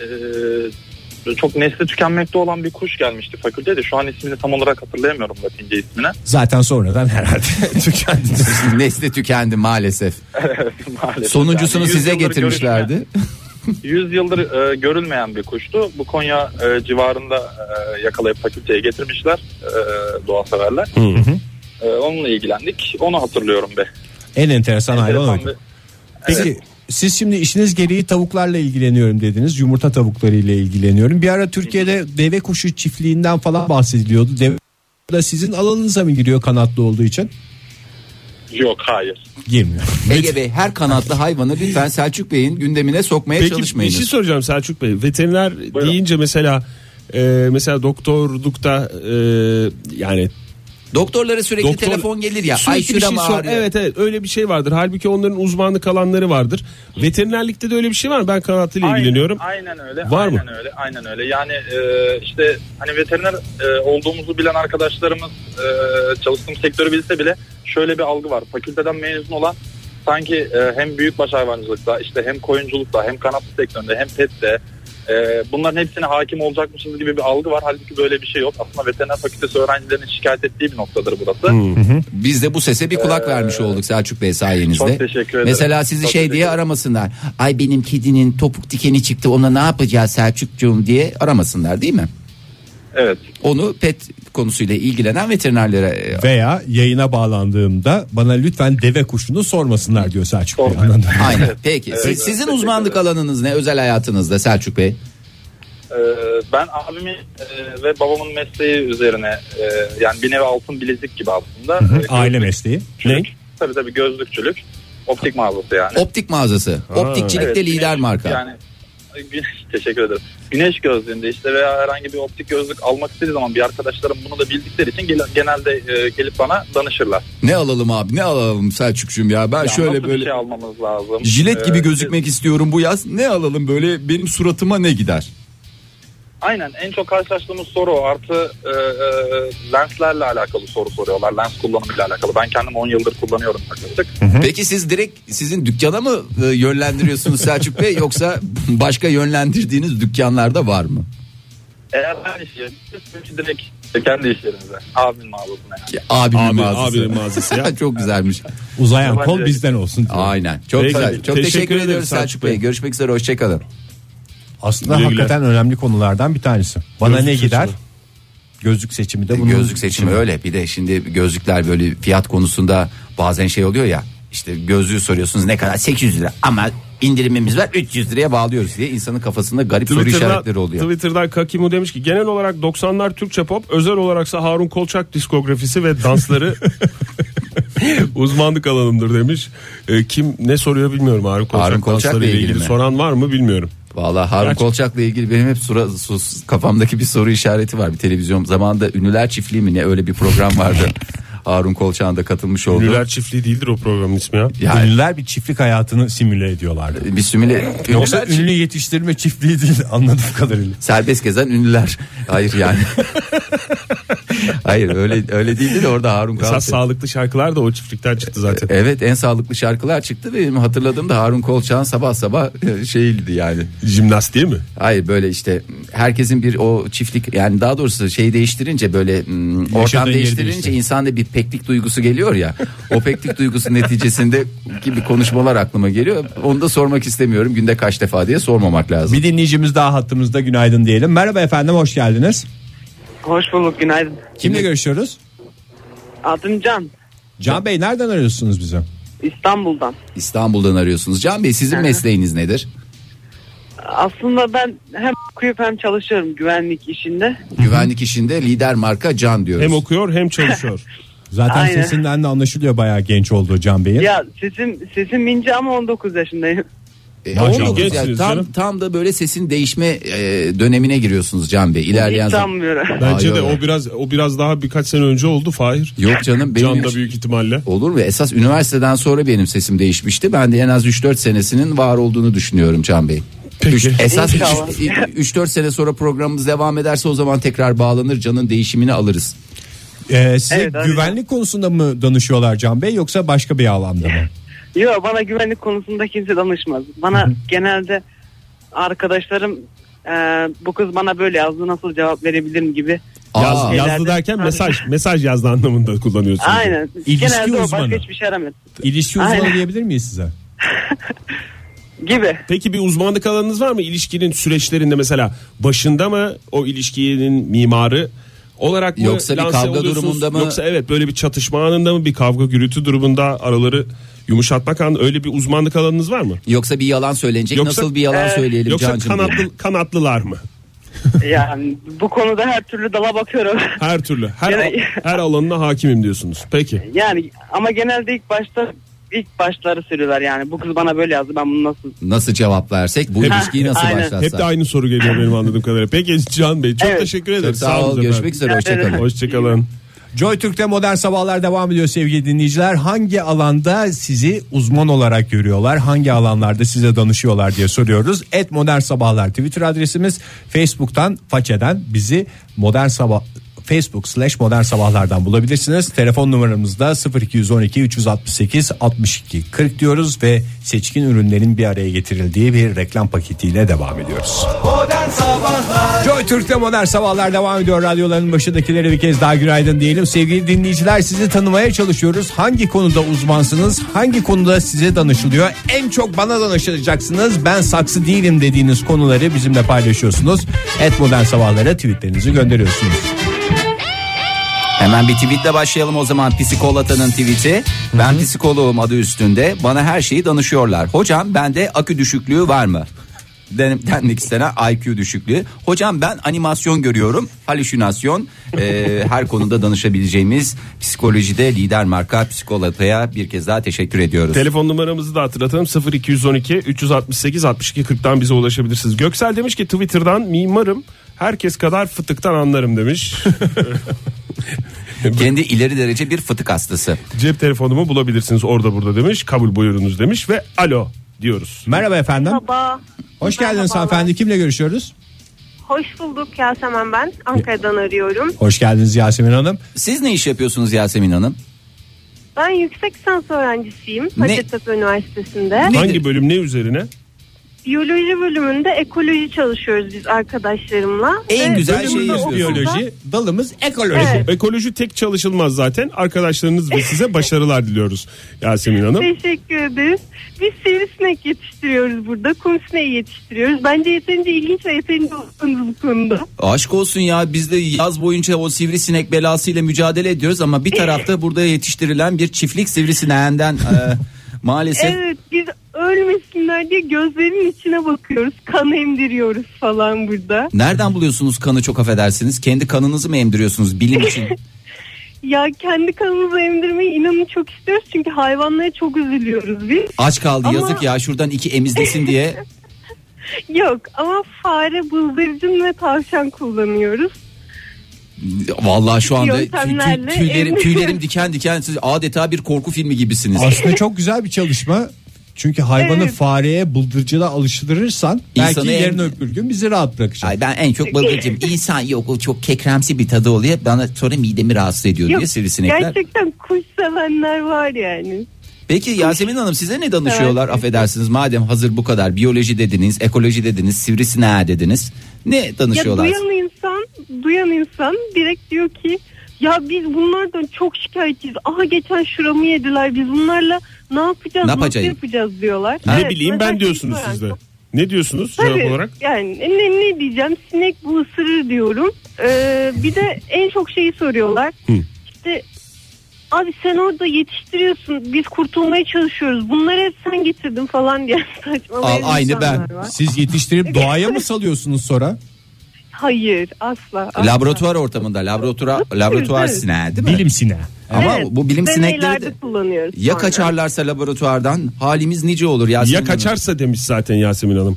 çok nesli tükenmekte olan bir kuş gelmişti fakültede. Şu an ismini tam olarak hatırlayamıyorum, Latince ismini. Zaten sonradan herhalde tükendiniz. Nesli tükendi maalesef. Maalesef. Sonuncusunu Yani 100 size yıldır getirmişlerdi. 100 yıldır görülmeyen bir kuştu. Bu Konya civarında yakalayıp fakülteye getirmişler doğa severler. Onunla ilgilendik. Onu hatırlıyorum be. En enteresan hayvan Enteresan oydu. bir- Peki siz şimdi işiniz gereği tavuklarla ilgileniyorum dediniz. Yumurta tavuklarıyla ilgileniyorum. Bir ara Türkiye'de deve kuşu çiftliğinden falan bahsediliyordu. Deve da sizin alanınıza mı giriyor kanatlı olduğu için? Yok hayır. Girmiyor. Ege Bey, her kanatlı hayvanı lütfen Selçuk Bey'in gündemine sokmaya Peki bir çalışmayınız. şey soracağım Selçuk Bey. Veteriner deyince mesela doktorlukta yani Doktorlara sürekli telefon gelir ya. Ay sürekli bir şuram şey sor. ağrıyor. Evet öyle bir şey vardır. Halbuki onların uzmanlık alanları vardır. Veterinerlikte de öyle bir şey var mı? Ben kanatlıyla ilgileniyorum. Aynen öyle. Var mı? Aynen öyle. Yani işte hani veteriner olduğumuzu bilen arkadaşlarımız çalıştığım sektörü bilse bile şöyle bir algı var. Fakülteden mezun olan sanki hem büyükbaş hayvancılıkta, işte hem koyunculukta, hem kanatlı sektöründe, hem pette bunların hepsine hakim olacakmışız gibi bir algı var. Halbuki böyle bir şey yok. Aslında veteriner fakültesi öğrencilerinin şikayet ettiği bir noktadır burası. Biz de bu sese bir kulak vermiş olduk Selçuk Bey sayenizde. Çok teşekkür ederim. Mesela sizi Çok şey teşekkür diye ederim. aramasınlar. Ay benim kedinin topuk dikeni çıktı, ona ne yapacağız Selçukcuğum diye aramasınlar, değil mi? Evet. Onu pet konusuyla ilgilenen veterinerlere Veya yayına bağlandığımda bana lütfen deve kuşunu sormasınlar diyor Selçuk Bey. Sormayın. Anladın mı? Aynen. Peki. Sizin uzmanlık alanınız ne özel hayatınızda Selçuk Bey? Ben abimin ve babamın mesleği üzerine yani bir nevi altın bilezik gibi aslında. Aile mesleği. Ne? Tabii gözlükçülük. Optik mağazası yani. Optik mağazası. Optikçilikte Evet, lider marka. Yani teşekkür ederim. Güneş gözlüğünde işte veya herhangi bir optik gözlük almak istediği zaman bir arkadaşlarım bunu da bildikleri için genelde gelip bana danışırlar. Ne alalım abi, ne alalım Selçukcuğum ya? Ben Ya şöyle nasıl böyle bir şey almamız lazım. jilet gibi gözükmek istiyorum bu yaz. Ne alalım böyle, benim suratıma ne gider? Aynen, en çok karşılaştığımız soru o. Artı lenslerle alakalı soru soruyorlar. Lens kullanımıyla alakalı. Ben kendim 10 yıldır kullanıyorum yaklaşık. Peki siz direkt sizin dükkana mı yönlendiriyorsunuz Selçuk Bey, yoksa başka yönlendirdiğiniz dükkanlarda var mı? Eğer ben iş yerim, direkt kendi iş yerimize. Abimin mağazasına yani. Abinin mağazası ya. Çok güzelmiş. Uzayan kol bizden olsun diyor. Aynen. Çok Peki, güzel. Çok teşekkür ediyoruz Selçuk Bey. Görüşmek üzere, hoşçakalın. Aslında Güle güle. hakikaten önemli konulardan bir tanesi. Bana Gözlük ne gider? seçimi. Gözlük seçimi de bunun. Gözlük seçimi öyle. Bir de şimdi gözlükler böyle fiyat konusunda bazen şey oluyor ya. İşte gözlüğü soruyorsunuz, ne kadar? 800 lira ama indirimimiz var, 300 liraya bağlıyoruz diye insanın kafasında garip soru işaretleri oluyor. Twitter'dan Kakimu demiş ki genel olarak 90'lar Türkçe pop, özel olaraksa Harun Kolçak diskografisi ve dansları uzmanlık alanımdır demiş. Kim ne soruyor bilmiyorum, Harun Kolçak dansları ile ilgili soran var mı bilmiyorum. Vallahi Harun Kolçak'la ilgili benim hep kafamdaki bir soru işareti var. Bir televizyon zamanında Ünlüler Çiftliği mi ne, öyle bir program vardı. Harun Kolçak'ın da katılmış olduğu. Ünlüler Çiftliği değildir o programın ismi ya. Yani, Ünlüler bir çiftlik hayatını simüle ediyorlardı. bir simüle. Yoksa ünlü yetiştirme çiftliği değil anladığım kadarıyla. Serbest gezen ünlüler. Hayır yani. Hayır öyle değildi de orada Harun Kolçak. Esas sağlıklı şarkılar da o çiftlikten çıktı zaten. Evet, en sağlıklı şarkılar çıktı. Benim hatırladığımda Harun Kolçak'ın sabah şeydi yani. Jimnastiği mi? Hayır, böyle işte herkesin bir o çiftlik, yani daha doğrusu şeyi değiştirince, böyle ortam değiştirince insanda bir peklik duygusu geliyor ya. O peklik duygusu neticesinde gibi konuşmalar aklıma geliyor. Onu da sormak istemiyorum. Günde kaç defa diye sormamak lazım. Bir dinleyicimiz daha hattımızda, günaydın diyelim. Merhaba efendim, hoş geldiniz. Hoş bulduk, günaydın. Kimle görüşüyoruz? Adım Can. Can Bey, nereden arıyorsunuz bizi? İstanbul'dan. İstanbul'dan arıyorsunuz. Can Bey, sizin mesleğiniz nedir? Aslında ben hem okuyup hem çalışıyorum güvenlik işinde. Güvenlik işinde lider marka Can diyoruz. Hem okuyor hem çalışıyor. Zaten Aynen. sesinden de anlaşılıyor bayağı genç olduğu Can Bey'in. Ya sesim ince ama 19 yaşındayım. Maşallah. 19 yani tam da böyle sesin değişme dönemine giriyorsunuz Can Bey. İlerleyen Hiç sanmıyorum. Bence Aa, de yok. o biraz daha birkaç sene önce oldu Fahir. Yok canım, benim Can da büyük ihtimalle. olur mu? Esas üniversiteden sonra benim sesim değişmişti. Ben de en az 3-4 senesinin var olduğunu düşünüyorum Can Bey. Peki. Esas İnşallah. 3-4 sene sonra programımız devam ederse o zaman tekrar bağlanır, Can'ın değişimini alırız. Size Evet, öyle. güvenlik konusunda mı danışıyorlar Can Bey, yoksa başka bir alanda mı? Yok, bana güvenlik konusunda kimse danışmaz. Bana genelde arkadaşlarım bu kız bana böyle yazdı, nasıl cevap verebilirim gibi. Aa, Yazdı derken mesaj yazdı anlamında kullanıyorsunuz. Aynen. İlişki Genelde o, uzmanı. başka hiçbir şey aramıyor. İlişki uzmanı Aynen. diyebilir miyiz size? Gibi. Peki bir uzmanlık alanınız var mı ilişkinin süreçlerinde, mesela başında mı o ilişkinin mimarı olarak mı, Yoksa bir lanse kavga oluyorsunuz? durumunda mı? Yoksa evet böyle bir çatışma anında mı, bir kavga gürültü durumunda araları yumuşatmak anında, öyle bir uzmanlık alanınız var mı? Yoksa bir yalan söylenecek, Yoksa- nasıl bir yalan söyleyelim Yoksa Can'cığım diye. kanatlılar mı? Yani bu konuda her türlü dala bakıyorum. Her türlü Gene- her alanına hakimim diyorsunuz. Peki. Yani ama genelde ilk başları söylüyorlar, yani bu kız bana böyle yazdı, ben bunu nasıl Cevap versek, bu ilişkiyi nasıl aynen. başlatsak? Hep de aynı soru geliyor benim anladığım kadarıyla. Peki Can Bey, çok Evet. teşekkür ederim. Çok sağ ol, görüşmek üzere, hoşçakalın. Hoşçakalın. Joy Türk'te Modern Sabahlar devam ediyor sevgili dinleyiciler. Hangi alanda sizi uzman olarak görüyorlar? Hangi alanlarda size danışıyorlar diye soruyoruz. @Modern Sabahlar Twitter adresimiz. Facebook'tan, façeden bizi Facebook/Modern Sabahlar'dan bulabilirsiniz. Telefon numaramızda 0212 368 62 40 diyoruz ve seçkin ürünlerin bir araya getirildiği bir reklam paketiyle devam ediyoruz. Modern Sabahlar Joy Türk'te Modern Sabahlar devam ediyor. Radyoların başındakilere bir kez daha günaydın diyelim. Sevgili dinleyiciler, sizi tanımaya çalışıyoruz. Hangi konuda uzmansınız? Hangi konuda size danışılıyor? En çok bana danışacaksınız. Ben saksı değilim dediğiniz konuları bizimle paylaşıyorsunuz. @Modern Sabahlar'a tweetlerinizi gönderiyorsunuz. Hemen bir tweetle başlayalım o zaman. Psikolata'nın tweeti. Ben psikoloğum adı üstünde. Bana her şeyi danışıyorlar. Hocam bende akü düşüklüğü var mı? denmek istenen IQ düşüklüğü. Hocam ben animasyon görüyorum, halüsinasyon. Her konuda danışabileceğimiz psikolojide lider marka Psikolog'a bir kez daha teşekkür ediyoruz. Telefon numaramızı da hatırlatalım, 0212 368 62 40'tan bize ulaşabilirsiniz. Göksel demiş ki Twitter'dan mimarım, herkes kadar fıtıktan anlarım demiş. Kendi ileri derece bir fıtık hastası. Cep telefonumu bulabilirsiniz orada burada demiş, kabul buyurunuz demiş ve alo diyoruz. Merhaba efendim. Merhaba. Hoş geldiniz Merhabalar. hanımefendi. Kimle görüşüyoruz? Hoş bulduk, Yasemin ben. Ankara'dan arıyorum. Hoş geldiniz Yasemin Hanım. Siz ne iş yapıyorsunuz Yasemin Hanım? Ben yüksek lisans öğrencisiyim. Ne? Hacettepe Üniversitesi'nde. Hangi bölüm, ne üzerine? Biyoloji bölümünde ekoloji çalışıyoruz biz arkadaşlarımla. En Ve güzel bölümde şeyi okulda- Biyoloji, dalımız ekoloji. Evet. Ekoloji tek çalışılmaz zaten. Arkadaşlarınız ve size başarılar diliyoruz Yasemin Hanım. Teşekkür ederiz. Biz sivrisinek yetiştiriyoruz burada. Kum sineği yetiştiriyoruz. Bence yeterince ilginç ve yeterince uzmanız bu konuda. Aşk olsun ya, biz de yaz boyunca o sivrisinek belasıyla mücadele ediyoruz ama bir tarafta burada yetiştirilen bir çiftlik sivrisineğinden maalesef. Evet, biz ölmesinler diye gözlerinin içine bakıyoruz. Kan emdiriyoruz falan burada. Nereden buluyorsunuz kanı, çok affedersiniz? Kendi kanınızı mı emdiriyorsunuz bilim için? Ya kendi kanımızı emdirmeyi inanın çok istiyoruz. Çünkü hayvanlara çok üzülüyoruz biz. Aç kaldı Ama- yazık ya, şuradan 2 emizlesin diye. Yok ama fare, bıldırcın ve tavşan kullanıyoruz. Vallahi şu anda Yöntemlerle tüylerim diken diken, siz adeta bir korku filmi gibisiniz. Aslında çok güzel bir çalışma. Çünkü hayvanı Evet. fareye, bıldırcına alıştırırsan belki İnsanı yarın öbür gün bizi rahat bırakacak. Ay ben en çok bıldırcım. İnsan yok, o çok kekremsi bir tadı oluyor. Bana sonra midemi rahatsız ediyor diye Yok, sivrisinekler. gerçekten kuş sevenler var yani. Peki Yasemin Hanım, size ne danışıyorlar? Evet. Affedersiniz, madem hazır bu kadar biyoloji dediniz, ekoloji dediniz, sivrisineğe dediniz. Ne Ya danışıyorlar? duyan insan direkt diyor ki ya biz bunlardan çok şikayetçiyiz. Aha geçen şuramı yediler, biz bunlarla ne yapacağız, Ne nasıl yapacağız? yapacağız diyorlar. Ne Evet, bileyim mesela ben diyorsunuz şey siz de. soran- Ne diyorsunuz Tabii, cevap olarak? yani ne diyeceğim, sinek bu ısırır diyorum. Bir de en çok şeyi soruyorlar. İşte abi sen orada yetiştiriyorsun, biz kurtulmaya çalışıyoruz, bunları hep sen getirdin falan diye saçmalayan Aynı ben. insanlar var. Siz yetiştirip doğaya mı salıyorsunuz sonra? Hayır, asla. Laboratuvar ortamında, laboratuvar Evet. sineği değil mi? Bilim sineği. Ama Evet, bu bilim sinekleri deneylerde de kullanıyoruz. ya sonra. kaçarlarsa laboratuvardan halimiz nice olur Yasemin Ya Hanım. kaçarsa demiş zaten Yasemin Hanım.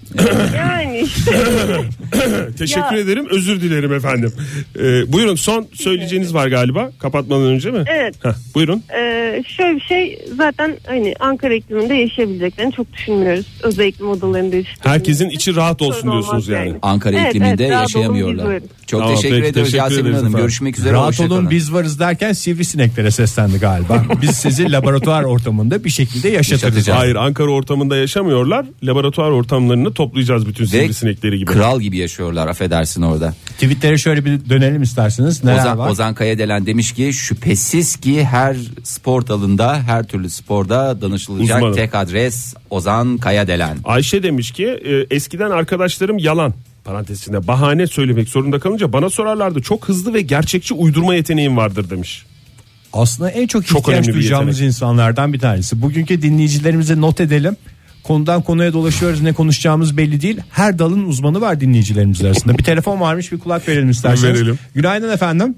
Yani işte. Teşekkür Ya- ederim, özür dilerim efendim. Buyurun, son söyleyeceğiniz var galiba kapatmadan önce mi? Evet. Buyurun. Şöyle bir şey, zaten hani Ankara ikliminde yaşayabileceklerini çok düşünmüyoruz. Özel iklim odalarında yaşayacaklarını. Herkesin içi rahat olsun Sorun olmaz diyorsunuz yani. Ankara Evet, ikliminde evet, rahat olun, yaşayamıyorlar. biz varız. Çok Tamam, teşekkür peki, ediyoruz teşekkür Yasemin ederiz Hanım. efendim. Görüşmek üzere. Rahat hoşça olun kalın. biz varız derken sivrisineklere seslendi galiba. Biz sizi laboratuvar ortamında bir şekilde yaşatırız. Yaşatacağız. Hayır, Ankara ortamında yaşamıyorlar. Laboratuvar ortamlarını toplayacağız bütün Ve sivrisinekleri gibi. kral gibi yaşıyorlar, affedersin orada. Tweetlere şöyle bir dönelim isterseniz. Neler var? Ozan Kayadelen demiş ki şüphesiz ki her spor dalında, her türlü sporda danışılacak Uzmanım. tek adres Ozan Kayadelen. Ayşe demiş ki eskiden arkadaşlarım yalan parantezinde bahane söylemek zorunda kalınca bana sorarlardı. Çok hızlı ve gerçekçi uydurma yeteneğim vardır demiş. Aslında en çok Çok ihtiyaç önemli bir duyacağımız yetenek. insanlardan bir tanesi. Bugünkü dinleyicilerimize not edelim. Konudan konuya dolaşıyoruz, ne konuşacağımız belli değil. Her dalın uzmanı var dinleyicilerimiz arasında. Bir telefon varmış, bir kulak verelim isterseniz. Verelim. Günaydın efendim.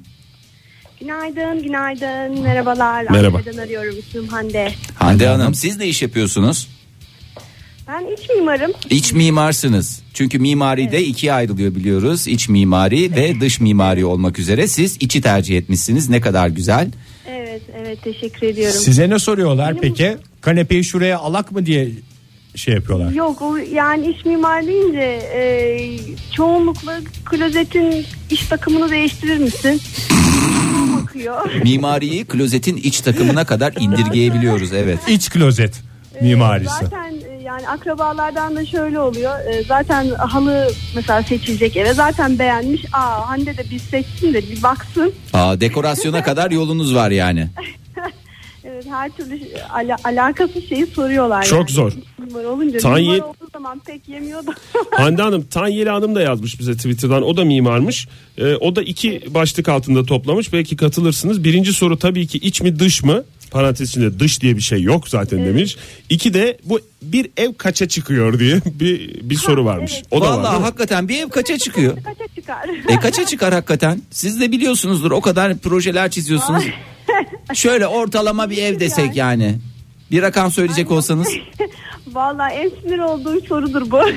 Günaydın, merhabalar. Merhaba. Ankara'dan arıyorum, ismim Hande. Hande Hanım, siz ne iş yapıyorsunuz? Ben iç mimarım. İç mimarsınız. Çünkü mimari de ikiye ayrılıyor biliyoruz. İç mimari ve dış mimari olmak üzere. Siz içi tercih etmişsiniz. Ne kadar güzel. Evet, teşekkür ediyorum. Size ne soruyorlar peki? Kanepeyi şuraya alak mı diye şey yapıyorlar. Yok, o yani iç mimar deyince çoğunlukla klozetin iç takımını değiştirir misin? Bakıyor. Mimariyi klozetin iç takımına kadar indirgeyebiliyoruz, evet. İç klozet mimarisi. Zaten yani akrabalardan da şöyle oluyor. Zaten halı mesela seçilecek eve zaten beğenmiş. Hande de bir seçsin de bir baksın. Dekorasyona kadar yolunuz var yani. Evet, her türlü alakasız şeyi soruyorlar. Çok yani. zor. Mimar olunca Tanye- mimar olduğu zaman pek yemiyor da. Hande Hanım, Tanyeli Hanım da yazmış bize Twitter'dan. O da mimarmış. O da iki başlık altında toplamış. Belki katılırsınız. Birinci soru tabii ki iç mi dış mı? Parantez içinde dış diye bir şey yok zaten demiş. 2 de bu bir ev kaça çıkıyor diye bir soru varmış. evet. O da Vallahi var. hakikaten bir ev kaça çıkıyor? Kaça çıkar? Kaça çıkar hakikaten? Siz de biliyorsunuzdur, o kadar projeler çiziyorsunuz. Şöyle ortalama bir ev desek yani. Bir rakam söyleyecek olsanız. Vallahi en sinir olduğum sorudur bu.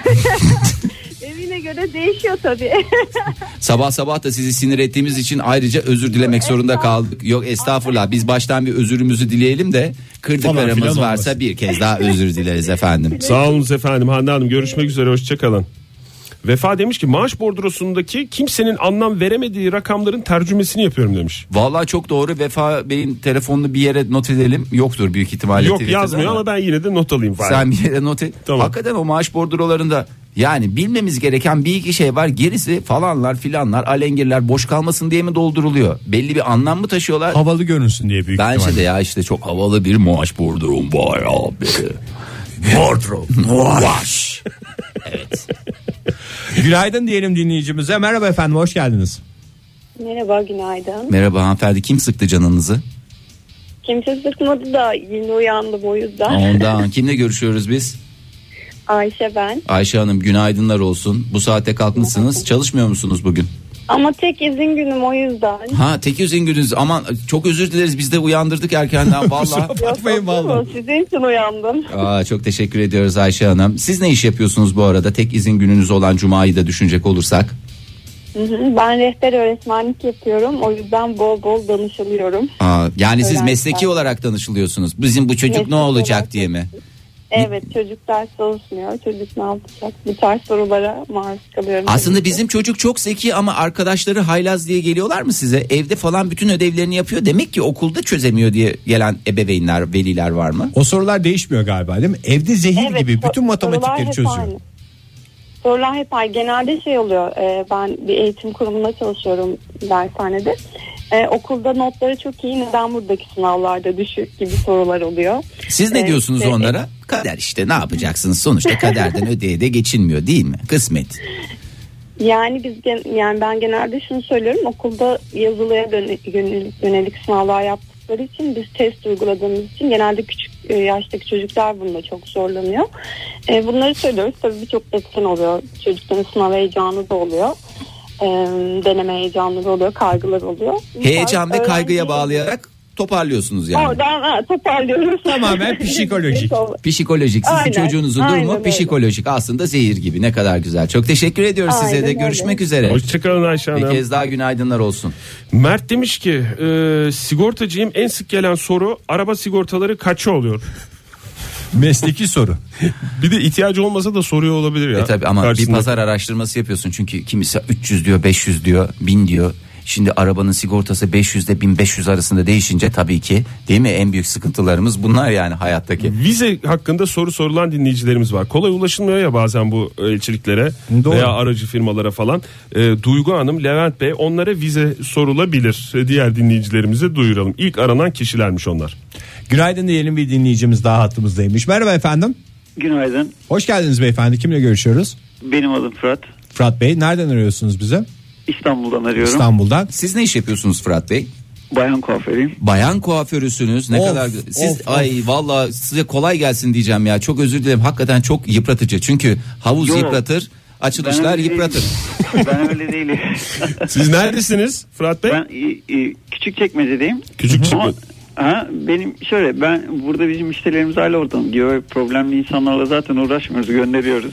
Evine göre değişiyor tabii. Sabah sabah da sizi sinir ettiğimiz için ayrıca özür dilemek zorunda kaldık. Yok estağfurullah, biz baştan bir özürümüzü dileyelim de kırdıklarımız varsa bir kez daha özür dileriz efendim. Sağ olun efendim Hande Hanım, görüşmek üzere, hoşçakalın. Vefa demiş ki maaş bordrosundaki kimsenin anlam veremediği rakamların tercümesini yapıyorum demiş. Vallahi çok doğru. Vefa Bey'in telefonunu bir yere not edelim. Yoktur büyük ihtimalle. Yok yazmıyor ama ben yine de not alayım. Sen bir yere not et. Tamam. Hakikaten o maaş bordrolarında yani bilmemiz gereken bir iki şey var. Gerisi falanlar filanlar alengirler boş kalmasın diye mi dolduruluyor? Belli bir anlam mı taşıyorlar? Havalı görünsün diye büyük Bence ihtimalle. de ya işte çok havalı bir maaş bordrom var abi. Bordrom. Maaş. Evet. Günaydın diyelim dinleyicimize. Merhaba efendim, hoş geldiniz. Merhaba, günaydın. Merhaba hanımefendi, kim sıktı canınızı? Kimse sıkmadı da yeni uyandım o yüzden. Ondan. Kimle görüşüyoruz biz? Ayşe ben. Ayşe Hanım, günaydınlar olsun. Bu saate kalkmışsınız. Çalışmıyor musunuz bugün? Ama tek izin günüm o yüzden. Ha, tek izin gününüz. Aman çok özür dileriz, biz de uyandırdık erkenden vallahi. Bakmayın vallahi. Sizin için uyandım. Çok teşekkür ediyoruz Ayşe Hanım. Siz ne iş yapıyorsunuz bu arada? Tek izin gününüz olan Cuma'yı da düşünecek olursak. Ben rehber öğretmenlik yapıyorum. O yüzden bol bol danışılıyorum. Yani siz Öğrenciler. mesleki olarak danışılıyorsunuz. Bizim bu çocuk Mesleki ne olacak olarak diye mi? Evet, çocuk ders çalışmıyor. Çocuk ne yapacak? Bu tarz sorulara maruz kalıyorum. Aslında bizim çocuk çok zeki ama arkadaşları haylaz diye geliyorlar mı size? Evde falan bütün ödevlerini yapıyor. Demek ki okulda çözemiyor diye gelen ebeveynler, veliler var mı? O sorular değişmiyor galiba değil mi? Evde zehir Evet, gibi bütün matematikleri sorular hep çözüyor. aynı. Sorular hep aynı. Genelde şey oluyor. Ben bir eğitim kurumunda çalışıyorum, dershanede. Okulda notları çok iyi. Neden buradaki sınavlarda düşük gibi sorular oluyor. Siz ne diyorsunuz onlara? Kader işte, ne yapacaksınız? Sonuçta kaderden ödeye de geçilmiyor değil mi? Kısmet. Yani ben genelde şunu söylüyorum. Okulda yazılıya yönelik sınavlar yaptıkları için, biz test uyguladığımız için genelde küçük yaştaki çocuklar bunda çok zorlanıyor. Bunları söylüyoruz. Tabii birçok etken oluyor. Çocukların sınav heyecanı da oluyor. Deneme heyecanları oluyor, kaygılar oluyor. Heyecan ve kaygıya bağlayarak toparlıyorsunuz yani. Oradan toparlıyoruz. Tamamen psikolojik. Psikolojik. Sizin Aynen, çocuğunuzun durumu aynen öyle. psikolojik. Aslında zehir gibi. Ne kadar güzel. Çok teşekkür ediyoruz size Aynen de. öyle. Görüşmek üzere. Hoşçakalın Ayşe Bir Hanım. kez daha günaydınlar olsun. Mert demiş ki sigortacıyım, en sık gelen soru araba sigortaları kaça oluyor? Mesleki soru. Bir de ihtiyacı olmasa da soruyor olabilir ya. Tabii ama Karşısında. bir pazar araştırması yapıyorsun. Çünkü kimisi 300 diyor, 500 diyor, 1000 diyor. Şimdi arabanın sigortası 500 ile 1500 arasında değişince tabii ki, değil mi, en büyük sıkıntılarımız bunlar yani hayattaki. Vize hakkında soru sorulan dinleyicilerimiz var. Kolay ulaşılmıyor ya bazen bu elçiliklere Doğru. veya aracı firmalara falan. Duygu Hanım, Levent Bey, onlara vize sorulabilir. Diğer dinleyicilerimize duyuralım. İlk aranan kişilermiş onlar. Günaydın diyelim, bir dinleyicimiz daha hattımızdaymış. Merhaba efendim. Günaydın. Hoş geldiniz beyefendi. Kimle görüşüyoruz? Benim adım Fırat. Fırat Bey, nereden arıyorsunuz bize? İstanbul'dan arıyorum. İstanbul'dan. Siz ne iş yapıyorsunuz Fırat Bey? Bayan kuaförüyüm. Bayan kuaförüsünüz. Ne Of, kadar siz of. ay vallahi size kolay gelsin diyeceğim ya. Çok özür dilerim. Hakikaten çok yıpratıcı. Çünkü havuz Yok. yıpratır, açılışlar Ben öyle yıpratır. Ben öyle değilim. Siz neredesiniz Fırat Bey? Ben Küçükçekmece'deyim. Küçük Ama benim şöyle, ben burada bizim müşterilerimiz aile ortamı diyor. Problemli insanlarla zaten uğraşmıyoruz, gönderiyoruz.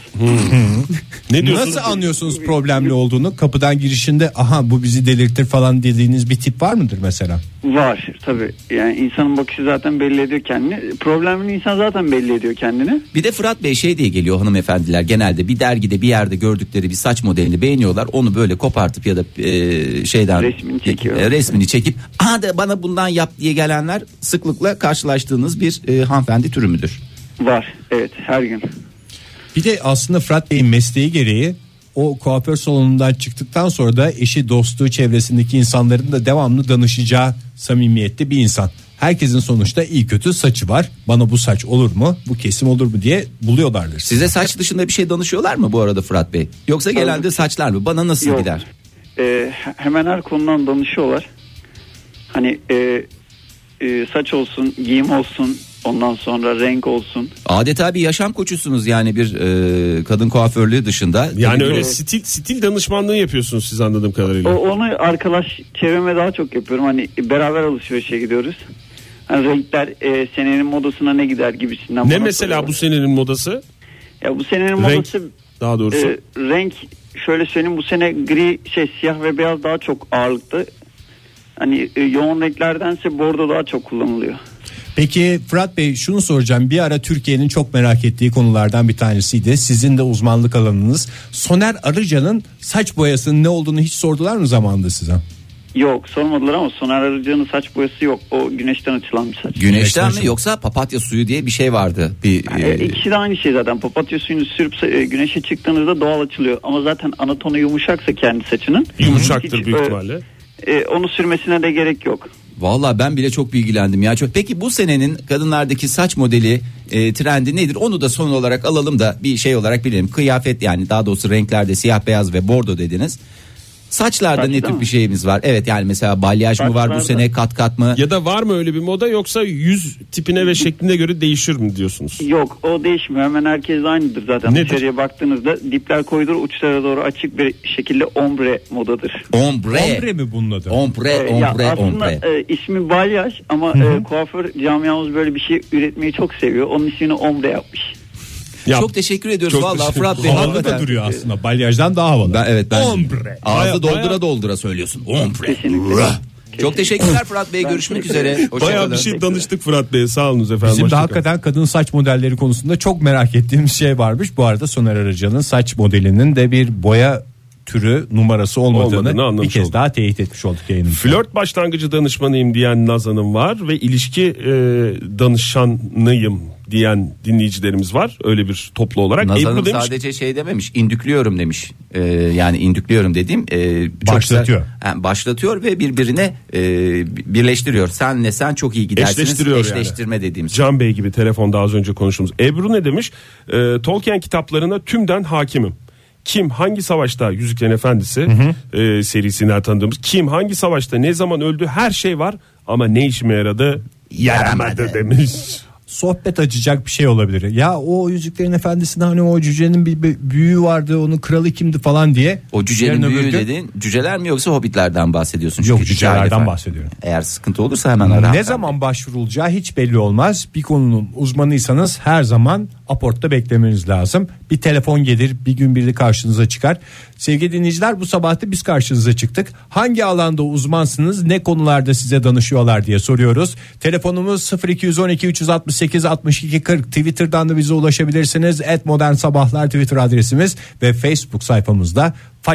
Ne diyorsunuz? Nasıl anlıyorsunuz problemli olduğunu? Kapıdan girişinde aha bu bizi delirtir falan dediğiniz bir tip var mıdır mesela? Var tabii. Yani insanın bakışı zaten belli ediyor kendini. Problemli insan zaten belli ediyor kendini. Bir de Fırat Bey şey diye geliyor hanımefendiler, genelde bir dergide bir yerde gördükleri bir saç modelini beğeniyorlar. Onu böyle kopartıp ya da şeyden Resmini çekiyor. Resmini çekip aha da bana bundan yap diye gelenler sıklıkla karşılaştığınız bir hanımefendi türü müdür? Var, evet, her gün. Bir de aslında Fırat Bey'in mesleği gereği o kuaför salonundan çıktıktan sonra da eşi, dostu, çevresindeki insanların da devamlı danışacağı samimiyette bir insan. Herkesin sonuçta iyi kötü saçı var. Bana bu saç olur mu? Bu kesim olur mu diye buluyorlardır. Size saç dışında bir şey danışıyorlar mı bu arada Fırat Bey? Yoksa genelde saçlar mı? Bana nasıl Yok. gider? Hemen her konudan danışıyorlar. Hani saç olsun, giyim olsun, ondan sonra renk olsun. Adeta bir yaşam koçusunuz yani bir kadın kuaförlüğü dışında. Yani öyle stil danışmanlığı yapıyorsunuz siz anladığım kadarıyla. Onu arkadaş çevreme daha çok yapıyorum. Hani beraber alışverişe gidiyoruz. Hani renkler senenin modasına ne gider gibisinden. Ne mesela bu senenin modası? Ya bu senenin modası daha doğrusu. Renk şöyle söyleyeyim, bu sene gri siyah ve beyaz daha çok ağırlıkta. Hani yoğun renklerdense bordo daha çok kullanılıyor. Peki Fırat Bey, şunu soracağım. Bir ara Türkiye'nin çok merak ettiği konulardan bir tanesiydi. Sizin de uzmanlık alanınız. Soner Arıcan'ın saç boyasının ne olduğunu hiç sordular mı zamanında size? Yok, sormadılar ama Soner Arıcan'ın saç boyası yok. O güneşten açılan bir saç. Güneşten mi yoksa papatya suyu diye bir şey vardı. İkisi de aynı şey zaten. Papatya suyunu sürüp güneşe çıktığınızda doğal açılıyor. Ama zaten anatonu yumuşaksa kendi saçının. Yumuşaktır büyük ihtimalle. Onu sürmesine de gerek yok. Vallahi ben bile çok bilgilendim ya. Peki bu senenin kadınlardaki saç modeli trendi nedir? Onu da son olarak alalım da bir şey olarak bilelim. Kıyafet, yani daha doğrusu renklerde siyah beyaz ve bordo dediniz. Saçlarda ne tür bir şeyimiz var? Evet, yani mesela balyaj mı var bu sene, kat mı? Ya da var mı öyle bir moda, yoksa yüz tipine ve şekline göre değişir mi diyorsunuz? Yok, o değişmiyor. Hemen herkes aynıdır zaten. Nedir? Dışarıya baktığınızda dipler koyulur, uçlara doğru açık bir şekilde ombre modadır. Ombre mi bunun adı? Aslında ismi balyaj ama kuaför camiamız böyle bir şey üretmeyi çok seviyor. Onun ismini ombre yapmış. Çok teşekkür ediyoruz vallahi Fırat Bey. Havalı da duruyor aslında. Balyajdan daha havalı. Ben Ombre. Ağzı doldura söylüyorsun. Ombre. Çok teşekkürler Fırat Bey. Görüşmek üzere. Bayağı bir şey danıştık Fırat Bey'e. Sağ olun efendim. Bizim de hakikaten kadın saç modelleri konusunda çok merak ettiğimiz şey varmış. Bu arada Soner Arıcan'ın saç modelinin de bir boya türü numarası olmadığını bir kez daha teyit etmiş olduk yayınımızda. Flört başlangıcı danışmanıyım diyen Nazan'ım var ve ilişki danışanıyım diyen dinleyicilerimiz var. Öyle bir toplu olarak. Nazan'ım sadece şey dememiş, indüklüyorum demiş. Yani indüklüyorum dediğim başlatıyor. Başlatıyor ve birbirine birleştiriyor. Senle sen çok iyi gidersiniz. Eşleştirme yani. Dediğimiz. Can Bey gibi telefonda az önce konuştuğumuz. Ebru ne demiş? Tolkien kitaplarına tümden hakimim. Kim hangi savaşta, Yüzüklerin Efendisi serisinden tanıdığımız, kim hangi savaşta ne zaman öldü, her şey var ama ne işime yaramadı demiş. Sohbet açacak bir şey olabilir. Ya o Yüzüklerin Efendisi'nde hani o cücenin bir büyüğü vardı, onun kralı kimdi falan diye. O cücenin büyüğü dediğin cüceler mi yoksa hobbitlerden bahsediyorsun? Yok, cücelerden bahsediyorum. Eğer sıkıntı olursa hemen ara. Ne zaman başvurulacağı hiç belli olmaz. Bir konunun uzmanıysanız her zaman aportta beklemeniz lazım. Bir telefon gelir, bir gün biri karşınıza çıkar. Sevgili dinleyiciler, bu sabah da biz karşınıza çıktık. Hangi alanda uzmansınız, ne konularda size danışıyorlar diye soruyoruz. Telefonumuz 0212 368 62 40. Twitter'dan da bize ulaşabilirsiniz. @modernsabahlar Twitter adresimiz ve Facebook sayfamızda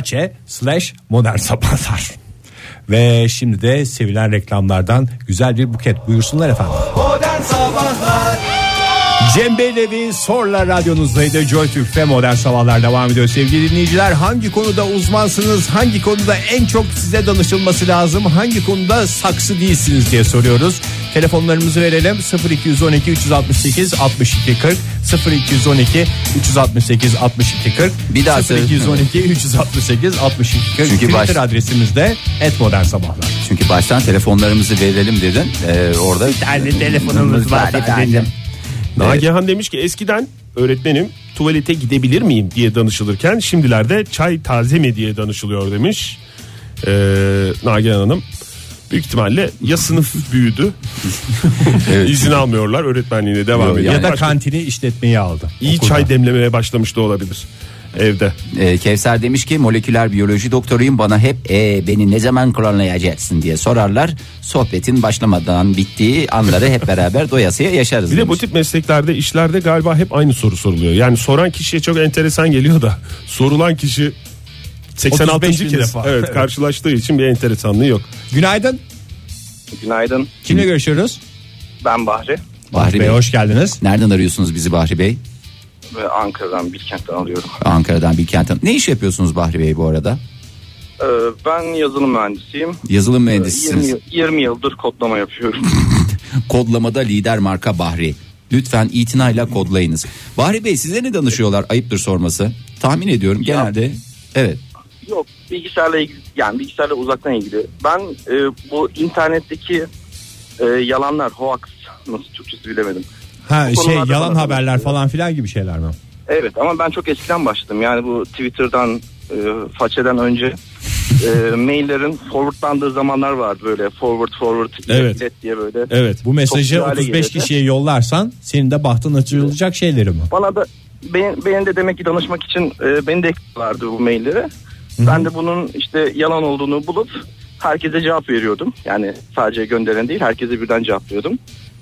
@modernsabahlar. Ve şimdi de sevilen reklamlardan güzel bir buket, buyursunlar efendim. Modern Sabahlar. Cem Beylevi Sorla radyonuzdaydı. Joy Türk'te Modern Sabahlar devam ediyor. Sevgili dinleyiciler, hangi konuda uzmansınız, hangi konuda en çok size danışılması lazım, hangi konuda saksı değilsiniz diye soruyoruz. Telefonlarımızı verelim: 0212 368 62 40, 0212 368 62 40, bir daha 0212 368 62 40. Çünkü Twitter adresimizde @modernsabahlar. Çünkü baştan telefonlarımızı verelim dedin. Orada bir tane telefonumuz var efendim. Nagihan demiş ki eskiden öğretmenim tuvalete gidebilir miyim diye danışılırken şimdilerde çay taze mi diye danışılıyor demiş. Nagihan Hanım büyük ihtimalle ya sınıf büyüdü izin almıyorlar, öğretmenliğine devam ediyor. Ya da kantini işletmeye aldı. İyi okulda çay demlemeye başlamış da olabilir evde. Kevser demiş ki moleküler biyoloji doktoruyum, bana hep beni ne zaman klonlayacaksın diye sorarlar. Sohbetin başlamadan bittiği anları hep beraber doyasıya yaşarız. Bir de bu tip mesleklerde, işlerde galiba hep aynı soru soruluyor. Yani soran kişiye çok enteresan geliyor da sorulan kişi 86. kez karşılaştığı için bir enteresanlığı yok. Günaydın. Günaydın. Kimle görüşüyoruz? Ben Bahri. Bahri Bey, hoş geldiniz. Nereden arıyorsunuz bizi Bahri Bey? Ankara'dan, Bilkent'ten alıyorum. Ankara'dan, Bilkent'ten. Ne iş yapıyorsunuz Bahri Bey bu arada? Ben yazılım mühendisiyim. Yazılım mühendisisiniz. 20 yıldır kodlama yapıyorum. Kodlamada lider marka Bahri. Lütfen itinayla kodlayınız. Bahri Bey, size ne danışıyorlar? Ayıptır sorması. Tahmin ediyorum genelde. Evet. Yok, bilgisayarla ilgili, yani bilgisayarla uzaktan ilgili. Ben bu internetteki yalanlar, hoax, nasıl Türkçesi bilemedim. Ha Bu şey konularda yalan bana haberler tanıştı. falan filan gibi şeyler mi? Evet ama ben çok eskiden başladım. Yani bu Twitter'dan, façeden önce maillerin forwardlandığı zamanlar vardı böyle forward Evet. ilet diye böyle. Evet. Bu mesajı Çok güzel 35 gelirdi. kişiye yollarsan senin de bahtın açılacak şeyleri mi? Bana da benim de demek ki danışmak için beni de ekliyorlardı bu mailleri. Ben de bunun işte yalan olduğunu bulup herkese cevap veriyordum. Yani sadece gönderen değil, herkese birden cevaplıyordum.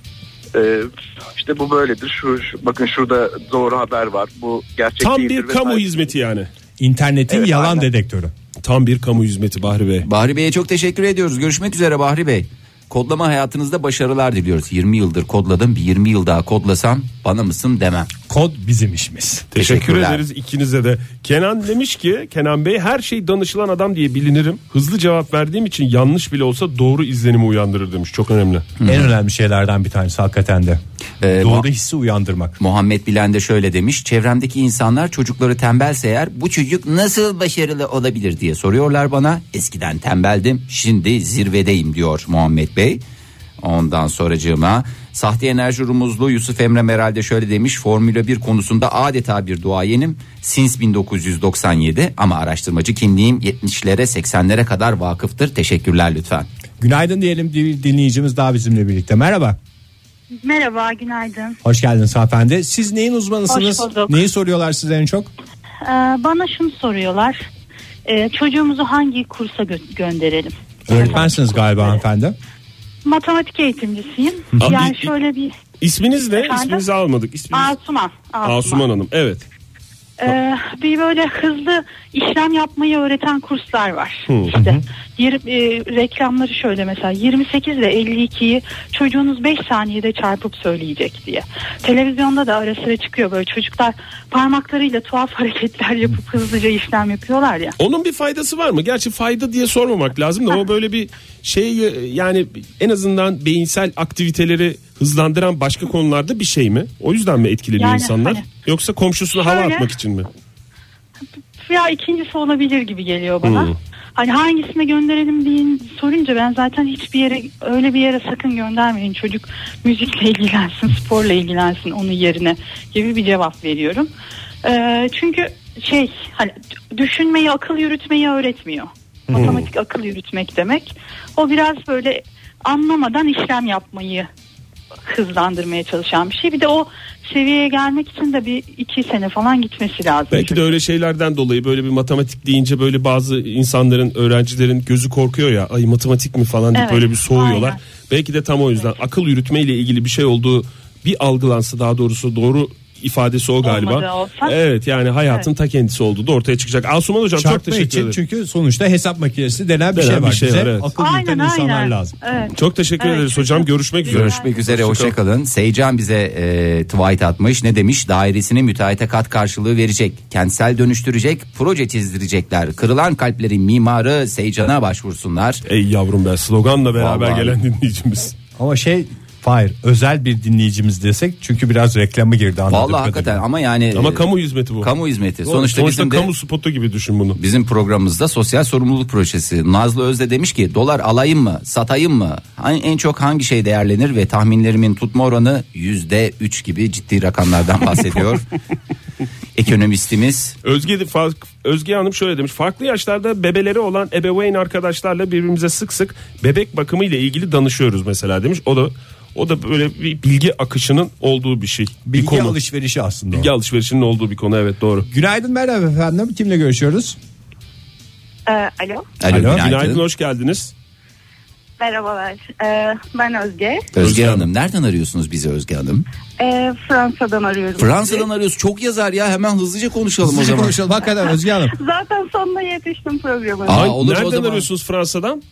İşte bu böyledir. Bakın şurada doğru haber var. Bu gerçek Tam değildir bir kamu vesaire. hizmeti yani. İnternetin Evet, yalan aynen. dedektörü. Tam bir kamu hizmeti Bahri Bey. Bahri Bey'e çok teşekkür ediyoruz. Görüşmek üzere Bahri Bey. Kodlama hayatınızda başarılar diliyoruz. 20 yıldır kodladım. Bir 20 yıl daha kodlasam bana mısın demem. Kod bizim işimiz. Teşekkür Teşekkürler. ederiz ikinize de. Kenan demiş ki, Kenan Bey, her şey danışılan adam diye bilinirim. Hızlı cevap verdiğim için yanlış bile olsa doğru izlenimi uyandırır demiş. Çok önemli. En önemli şeylerden bir tanesi hakikaten de. Doğru Mu- hissi uyandırmak. Muhammed Bilen de şöyle demiş. Çevremdeki insanlar çocukları tembelse eğer bu çocuk nasıl başarılı olabilir diye soruyorlar bana. Eskiden tembeldim, şimdi zirvedeyim diyor Muhammed Bey. Ondan sonracığıma sahte enerji rumuzlu Yusuf Emre Meral de şöyle demiş. Formula 1 konusunda adeta bir duayenim. Since 1997 ama araştırmacı kimliğim 70'lere 80'lere kadar vakıftır. Teşekkürler lütfen. Günaydın diyelim, bir dinleyicimiz daha bizimle birlikte. Merhaba. Merhaba, günaydın. Hoş geldiniz hanımefendi. Siz neyin uzmanısınız? Hoş bulduk. Neyi soruyorlar size en çok? Bana şunu soruyorlar. Çocuğumuzu hangi kursa gönderelim? Öğretmensiniz galiba hanımefendi. Matematik eğitimcisiyim. Abi, Yani şöyle bir... İsminiz ne? Efendim? İsminizi almadık. İsminiz... Asuman Hanım. Evet. Bir böyle hızlı işlem yapmayı öğreten kurslar var. İşte reklamları şöyle mesela 28 ile 52'yi çocuğunuz 5 saniyede çarpıp söyleyecek diye. Televizyonda da ara sıra çıkıyor böyle çocuklar parmaklarıyla tuhaf hareketler yapıp hızlıca işlem yapıyorlar ya. Onun bir faydası var mı? Gerçi fayda diye sormamak lazım da o böyle bir şey, yani en azından beyinsel aktiviteleri hızlandıran başka konularda bir şey mi? O yüzden mi etkileniyor Yani insanlar? hani- Yoksa komşusuna hava Şöyle- atmak için mi? Ya ikincisi olabilir gibi geliyor bana. Hani hangisine gönderelim diye sorunca ben zaten hiçbir yere, öyle bir yere sakın göndermeyin. Çocuk müzikle ilgilensin, sporla ilgilensin onun yerine gibi bir cevap veriyorum. Çünkü hani düşünmeyi, akıl yürütmeyi öğretmiyor. Matematik akıl yürütmek demek. O biraz böyle anlamadan işlem yapmayı hızlandırmaya çalışan bir şey. Bir de o seviyeye gelmek için de bir 2 sene falan gitmesi lazım. Belki de öyle şeylerden dolayı böyle bir matematik deyince böyle bazı insanların, öğrencilerin gözü korkuyor ya. Ay matematik mi falan deyip Evet, böyle bir soğuyorlar. aynen. Belki de tam o yüzden akıl yürütmeyle ilgili bir şey olduğu bir algılansa, daha doğrusu doğru ifadesi o galiba. Olmadı olsa. Evet, yani hayatın ta kendisi olduğu da ortaya çıkacak. Asuman Hocam çok Çarpma teşekkür için ederim. çünkü sonuçta hesap makinesi denen bir Denen şey bir var. şey Bize var, evet. akıl yürüten insanlar lazım. Evet. Çok teşekkür Evet, ederiz çok hocam. çok Görüşmek üzere. Görüşmek üzere, hoşçakalın. Seycan bize tweet atmış. Ne demiş? Dairesini müteahhite kat karşılığı verecek. Kentsel dönüştürecek. Proje çizdirecekler. Kırılan kalplerin mimarı Seycan'a başvursunlar. Ey yavrum be, sloganla beraber Vallahi. gelen dinleyicimiz. Ama Hayır, özel bir dinleyicimiz desek çünkü biraz reklamı girdi anladığım Vallahi hakikaten kadarıyla. ama yani Ama kamu hizmeti bu. kamu hizmeti. Doğru. Sonuçta bizim de kamu spotu gibi düşün bunu. bizim programımızda sosyal sorumluluk projesi. Nazlı Özde demiş ki dolar alayım mı, satayım mı? En çok hangi şey değerlenir ve tahminlerimin tutma oranı %3 gibi ciddi rakamlardan bahsediyor. Ekonomistimiz. Özge Hanım şöyle demiş. Farklı yaşlarda bebeleri olan ebeveyn arkadaşlarla birbirimize sık sık bebek bakımı ile ilgili danışıyoruz mesela demiş. O da böyle bir bilgi akışının olduğu bir şey. Bilgi bir konu. alışverişi aslında. Bilgi alışverişinin olduğu bir konu, evet, doğru. Günaydın, merhaba efendim. Kimle görüşüyoruz? Alo. Alo, Günaydın, hoş geldiniz. Merhabalar. Ben Özge. Özge Hanım, nereden arıyorsunuz bizi Özge Hanım? Fransa'dan arıyorum. Fransa'dan arıyoruz. Çok yazar ya, hemen hızlıca konuşalım o zaman. Konuşalım hakikaten Özge Hanım. Zaten sonuna yetiştim programın. Olur, Nereden o zaman. arıyorsunuz Fransa'dan?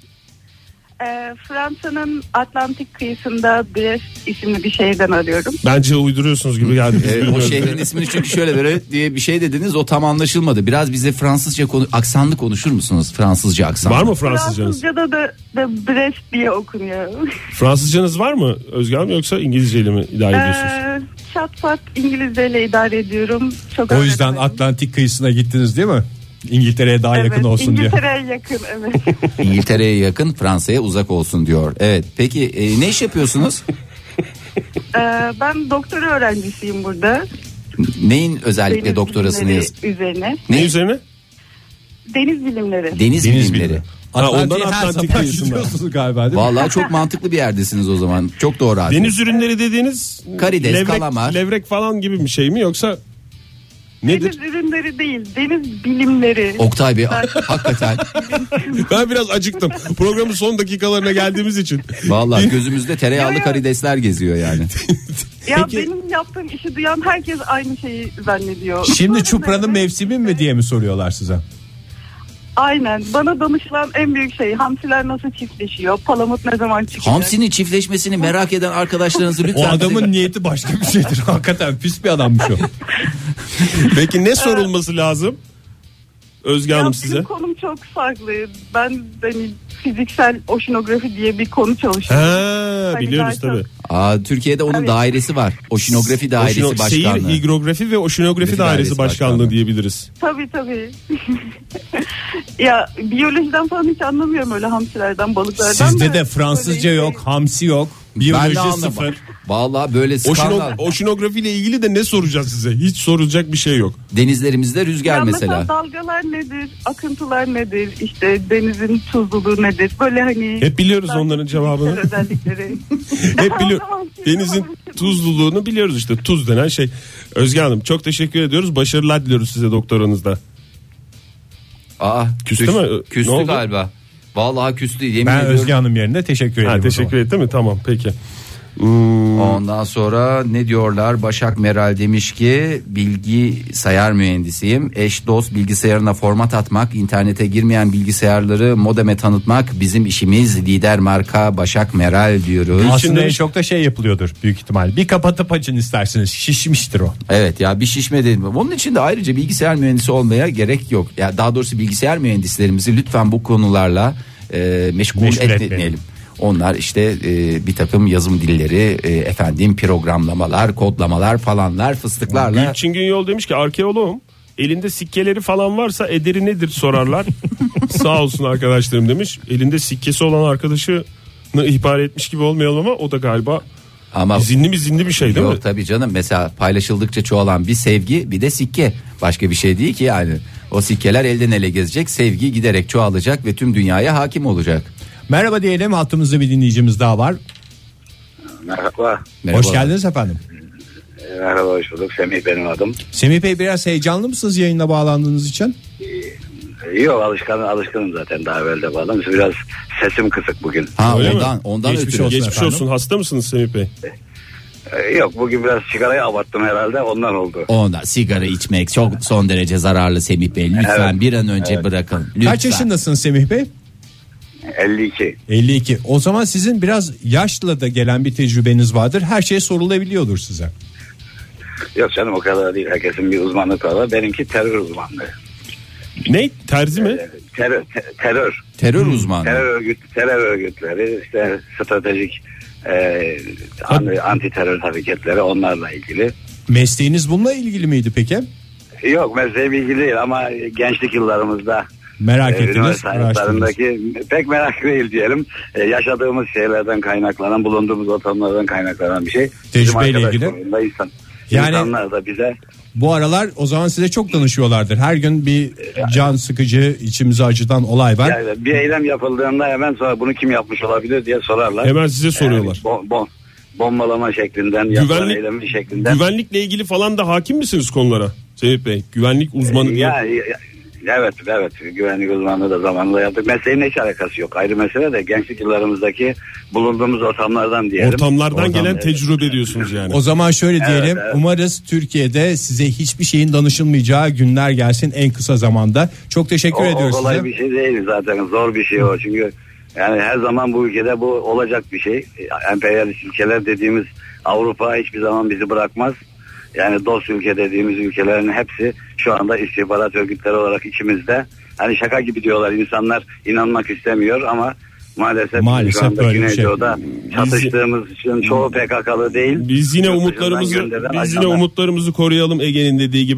Fransa'nın Atlantik kıyısında Brest isimli bir şehirden arıyorum. Bence uyduruyorsunuz gibi geldi. Biz O bilmiyoruz. şehrin ismini çünkü şöyle böyle diye bir şey dediniz, o tam anlaşılmadı. Biraz bize Fransızca aksanlı konuşur musunuz? Fransızca aksanlı. Var mı Fransızcanız? Fransızca'da da Brest diye okunuyor. Fransızcanız var mı Özge Hanım, yoksa İngilizceyle mi idare ediyorsunuz? Çat pat İngilizceyle idare ediyorum. Çok O yüzden öğrenemedim. Atlantik kıyısına gittiniz değil mi? İngiltere'ye daha yakın olsun diyor. İngiltere'ye yakın, evet. İngiltere'ye yakın, Fransa'ya uzak olsun diyor. Evet. Peki ne iş yapıyorsunuz? Ben doktora öğrencisiyim burada. Neyin özellikle Deniz doktorasını bilimleri üzerine. Ne üzerine? Deniz bilimleri. Deniz bilimleri. Atlantik'e her Atlantik sabah kıyısında. gidiyorsunuz galiba değil mi? Vallahi çok mantıklı bir yerdesiniz o zaman. Çok doğru abi. Deniz ürünleri dediğiniz Karides, kalamar. Levrek falan gibi bir şey mi yoksa nedir? Deniz ürünleri değil, deniz bilimleri. Oktay Bey hakikaten. Ben biraz acıktım. Programın son dakikalarına geldiğimiz için. Vallahi gözümüzde tereyağlı karidesler geziyor yani. Ya benim yaptığım işi duyan herkes aynı şeyi zannediyor. Şimdi çupranın mevsimi mi diye mi soruyorlar size? Aynen. Bana danışılan en büyük şey hamsiler nasıl çiftleşiyor? Palamut ne zaman çıkacak? Hamsinin çiftleşmesini merak eden arkadaşlarınızı lütfen. O adamın niyeti başka bir şeydir. Hakikaten pis bir adammış o. Peki ne sorulması lazım? Özge Hanım size. Benim konum çok farklı. Ben fiziksel oşinografi diye bir konu çalışıyorum. Biliyoruz tabii. Türkiye'de onun dairesi var. Oşinografi dairesi başkanlığı. Seyir, higrografi ve oşinografi dairesi başkanlığı diyebiliriz. Tabii. Ya biyolojiden falan hiç anlamıyorum öyle hamsilerden, balıklardan. Sizde de Fransızca yok, hamsi yok. Biyoloji sıfır. Vallahi böyle skandal. Oşinografi ile ilgili de ne soracağız size? Hiç sorulacak bir şey yok. Denizlerimizde rüzgar mesela. Dalgalar nedir? Akıntılar nedir? İşte denizin tuzluluğu nedir? Böyle hani. Hep biliyoruz onların cevabını. Özellikleri. Hep biliyoruz. Denizin tuzluluğunu biliyoruz işte. Tuz denen şey. Özge Hanım çok teşekkür ediyoruz. Başarılar diliyoruz size doktoranızda. Küstü mü? Küstü galiba. Vallahi küstü. Yemin ben ediyorum. Özge Hanım yerine teşekkür ederim. Teşekkür ettim mi? Tamam peki. Ondan sonra ne diyorlar? Başak Meral demiş ki bilgisayar mühendisiyim. Eş dost bilgisayarına format atmak, internete girmeyen bilgisayarları modeme tanıtmak bizim işimiz. Lider marka Başak Meral diyoruz. Aslında en çok da şey yapılıyordur büyük ihtimal. Bir kapatıp açın isterseniz. Şişmiştir o. Evet ya, bir şişme dedim. Onun için de ayrıca bilgisayar mühendisi olmaya gerek yok. Ya daha doğrusu bilgisayar mühendislerimizi lütfen bu konularla meşgul etmeyelim. Onlar işte bir takım yazım dilleri, programlamalar, kodlamalar falanlar, fıstıklarla. Gülçin Günyol demiş ki arkeoloğum, elinde sikkeleri falan varsa ederi nedir sorarlar. Sağ olsun arkadaşlarım demiş. Elinde sikkesi olan arkadaşını ihbar etmiş gibi olmayalım ama o da galiba izinli bir şey değil mi? Yok tabii canım, mesela paylaşıldıkça çoğalan bir sevgi, bir de sikke. Başka bir şey değil ki yani. O sikkeler elden ele gezecek, sevgi giderek çoğalacak ve tüm dünyaya hakim olacak. Merhaba diyelim, hattımızda bir dinleyicimiz daha var. Merhaba. Hoş geldiniz efendim. Merhaba, hoş bulduk. Semih benim adım. Semih Bey, biraz heyecanlı mısınız yayına bağlandığınız için? Yok, alışkınım zaten, daha evvel de bağlandım. Biraz sesim kısık bugün. Ondan Geçmiş olsun. Hasta mısınız Semih Bey? Yok, bugün biraz sigarayı abarttım herhalde, ondan oldu. Ondan sigara içmek çok son derece zararlı Semih Bey. Lütfen bir an önce bırakın. Lütfen. Kaç yaşındasınız Semih Bey? 52. 52. O zaman sizin biraz yaşla da gelen bir tecrübeniz vardır. Her şey sorulabiliyordur size. Yok canım, o kadar değil. Herkesin bir uzmanlığı var. Benimki terör uzmanlığı. Ne? Terzi mi? Terör. Terör uzmanlığı. Terör örgütleri, işte stratejik anti terör hareketleri, onlarla ilgili. Mesleğiniz bununla ilgili miydi peki? Yok, mesleğim ilgili değil ama gençlik yıllarımızda merak ettiniz. Üniversite hayatlarındaki pek merak değil diyelim. Yaşadığımız şeylerden kaynaklanan, bulunduğumuz ortamlardan kaynaklanan bir şey. Tecrübeyle ilgili. İnsanlar da bize. Bu aralar o zaman size çok danışıyorlardır. Her gün bir can sıkıcı, içimizi acıtan olay var. Yani bir eylem yapıldığında hemen sonra bunu kim yapmış olabilir diye sorarlar. Hemen size soruyorlar. Bombalama şeklinden, yapılan eylemin şeklinden. Güvenlikle ilgili falan da hakim misiniz konulara Semih Bey? Güvenlik uzmanı diye. Evet, güvenlik uzmanlığı da zamanında yaptık. Mesleğin hiç alakası yok. Ayrı mesele de gençlik yıllarımızdaki bulunduğumuz ortamlardan diyelim. Ortamlardan gelen tecrübe diyorsunuz yani. O zaman şöyle diyelim. Evet. Umarız Türkiye'de size hiçbir şeyin danışılmayacağı günler gelsin en kısa zamanda. Çok teşekkür ediyoruz size. O kolay bir şey değil zaten. Zor bir şey o. Çünkü yani her zaman bu ülkede bu olacak bir şey. Emperyalist ülkeler dediğimiz Avrupa hiçbir zaman bizi bırakmaz. Yani dost ülke dediğimiz ülkelerin hepsi şu anda istihbarat örgütleri olarak içimizde. Hani şaka gibi diyorlar, insanlar inanmak istemiyor ama maalesef şu anda Güneydoğu'da çatıştığımız için çoğu PKK'lı değil. Biz yine umutlarımızı koruyalım Ege'nin dediği gibi.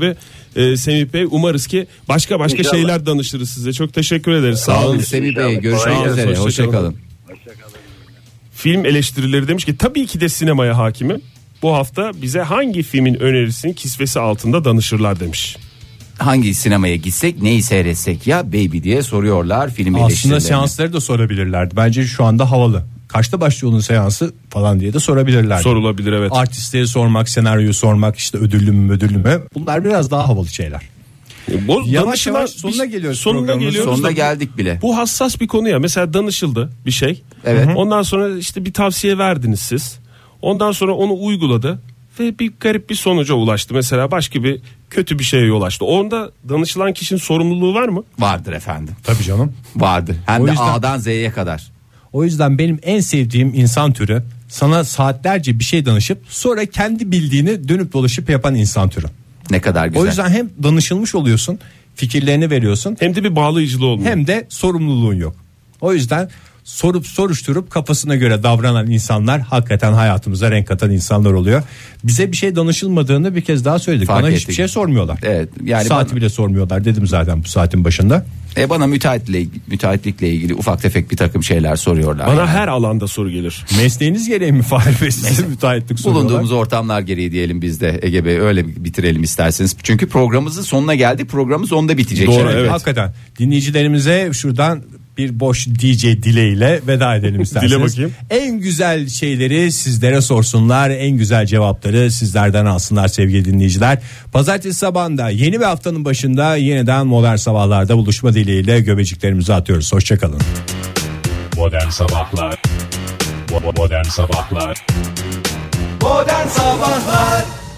Semih Bey. Umarız ki başka İnşallah. şeyler danışırız size. Çok teşekkür ederiz. Sağ olun Semih Bey. Görüşmek üzere. Hoşçakalın. Film eleştirileri demiş ki tabii ki de sinemaya hakimim. Bu hafta bize hangi filmin önerisini kisvesi altında danışırlar demiş. Hangi sinemaya gitsek, neyi seyretsek ya baby diye soruyorlar film Aslında eleştirilerini. seansları da sorabilirlerdi. Bence şu anda havalı. Kaçta başlıyor onun seansı falan diye de sorabilirlerdi. Sorulabilir, evet. Artistleri sormak, senaryoyu sormak, işte ödüllü mü? Bunlar biraz daha havalı şeyler. Yavaş yavaş sonuna geliyoruz. Sonuna geldik bile. Bu hassas bir konu ya. Mesela danışıldı bir şey. Evet. Ondan sonra işte bir tavsiye verdiniz siz. Ondan sonra onu uyguladı ve bir garip bir sonuca ulaştı. Mesela başka bir kötü bir şeye yol açtı. Onda danışılan kişinin sorumluluğu var mı? Vardır efendim. Tabii canım. Vardır. Hem O de yüzden- A'dan Z'ye kadar. O yüzden benim en sevdiğim insan türü sana saatlerce bir şey danışıp sonra kendi bildiğini dönüp dolaşıp yapan insan türü. Ne kadar güzel. O yüzden hem danışılmış oluyorsun, fikirlerini veriyorsun, hem de bir bağlayıcılığı olmuyor. Hem de sorumluluğun yok. O yüzden sorup soruşturup kafasına göre davranan insanlar hakikaten hayatımıza renk katan insanlar oluyor. Bize bir şey danışılmadığını bir kez daha söyledik. Fark Bana ettik. hiçbir şey sormuyorlar. Evet, yani saati bile sormuyorlar dedim zaten bu saatin başında. Bana müteahhitlikle ilgili ufak tefek bir takım şeyler soruyorlar. Bana yani. her alanda soru gelir. Mesleğiniz gereği mi Fahri Bey size müteahhitlik soruyorlar? Bulunduğumuz ortamlar gereği diyelim biz de Ege Bey, öyle bitirelim isterseniz. Çünkü programımızın sonuna geldik. Programımız onda bitecek. Doğru, şimdi. evet. Hakikaten dinleyicilerimize şuradan bir boş DJ dileğiyle veda edelim isterseniz. Dile bakayım. En güzel şeyleri sizlere sorsunlar. En güzel cevapları sizlerden alsınlar sevgili dinleyiciler. Pazartesi sabahında yeni bir haftanın başında yeniden Modern Sabahlar'da buluşma dileğiyle göbeciklerimizi atıyoruz. Hoşçakalın. Modern Sabahlar. Modern Sabahlar. Modern Sabahlar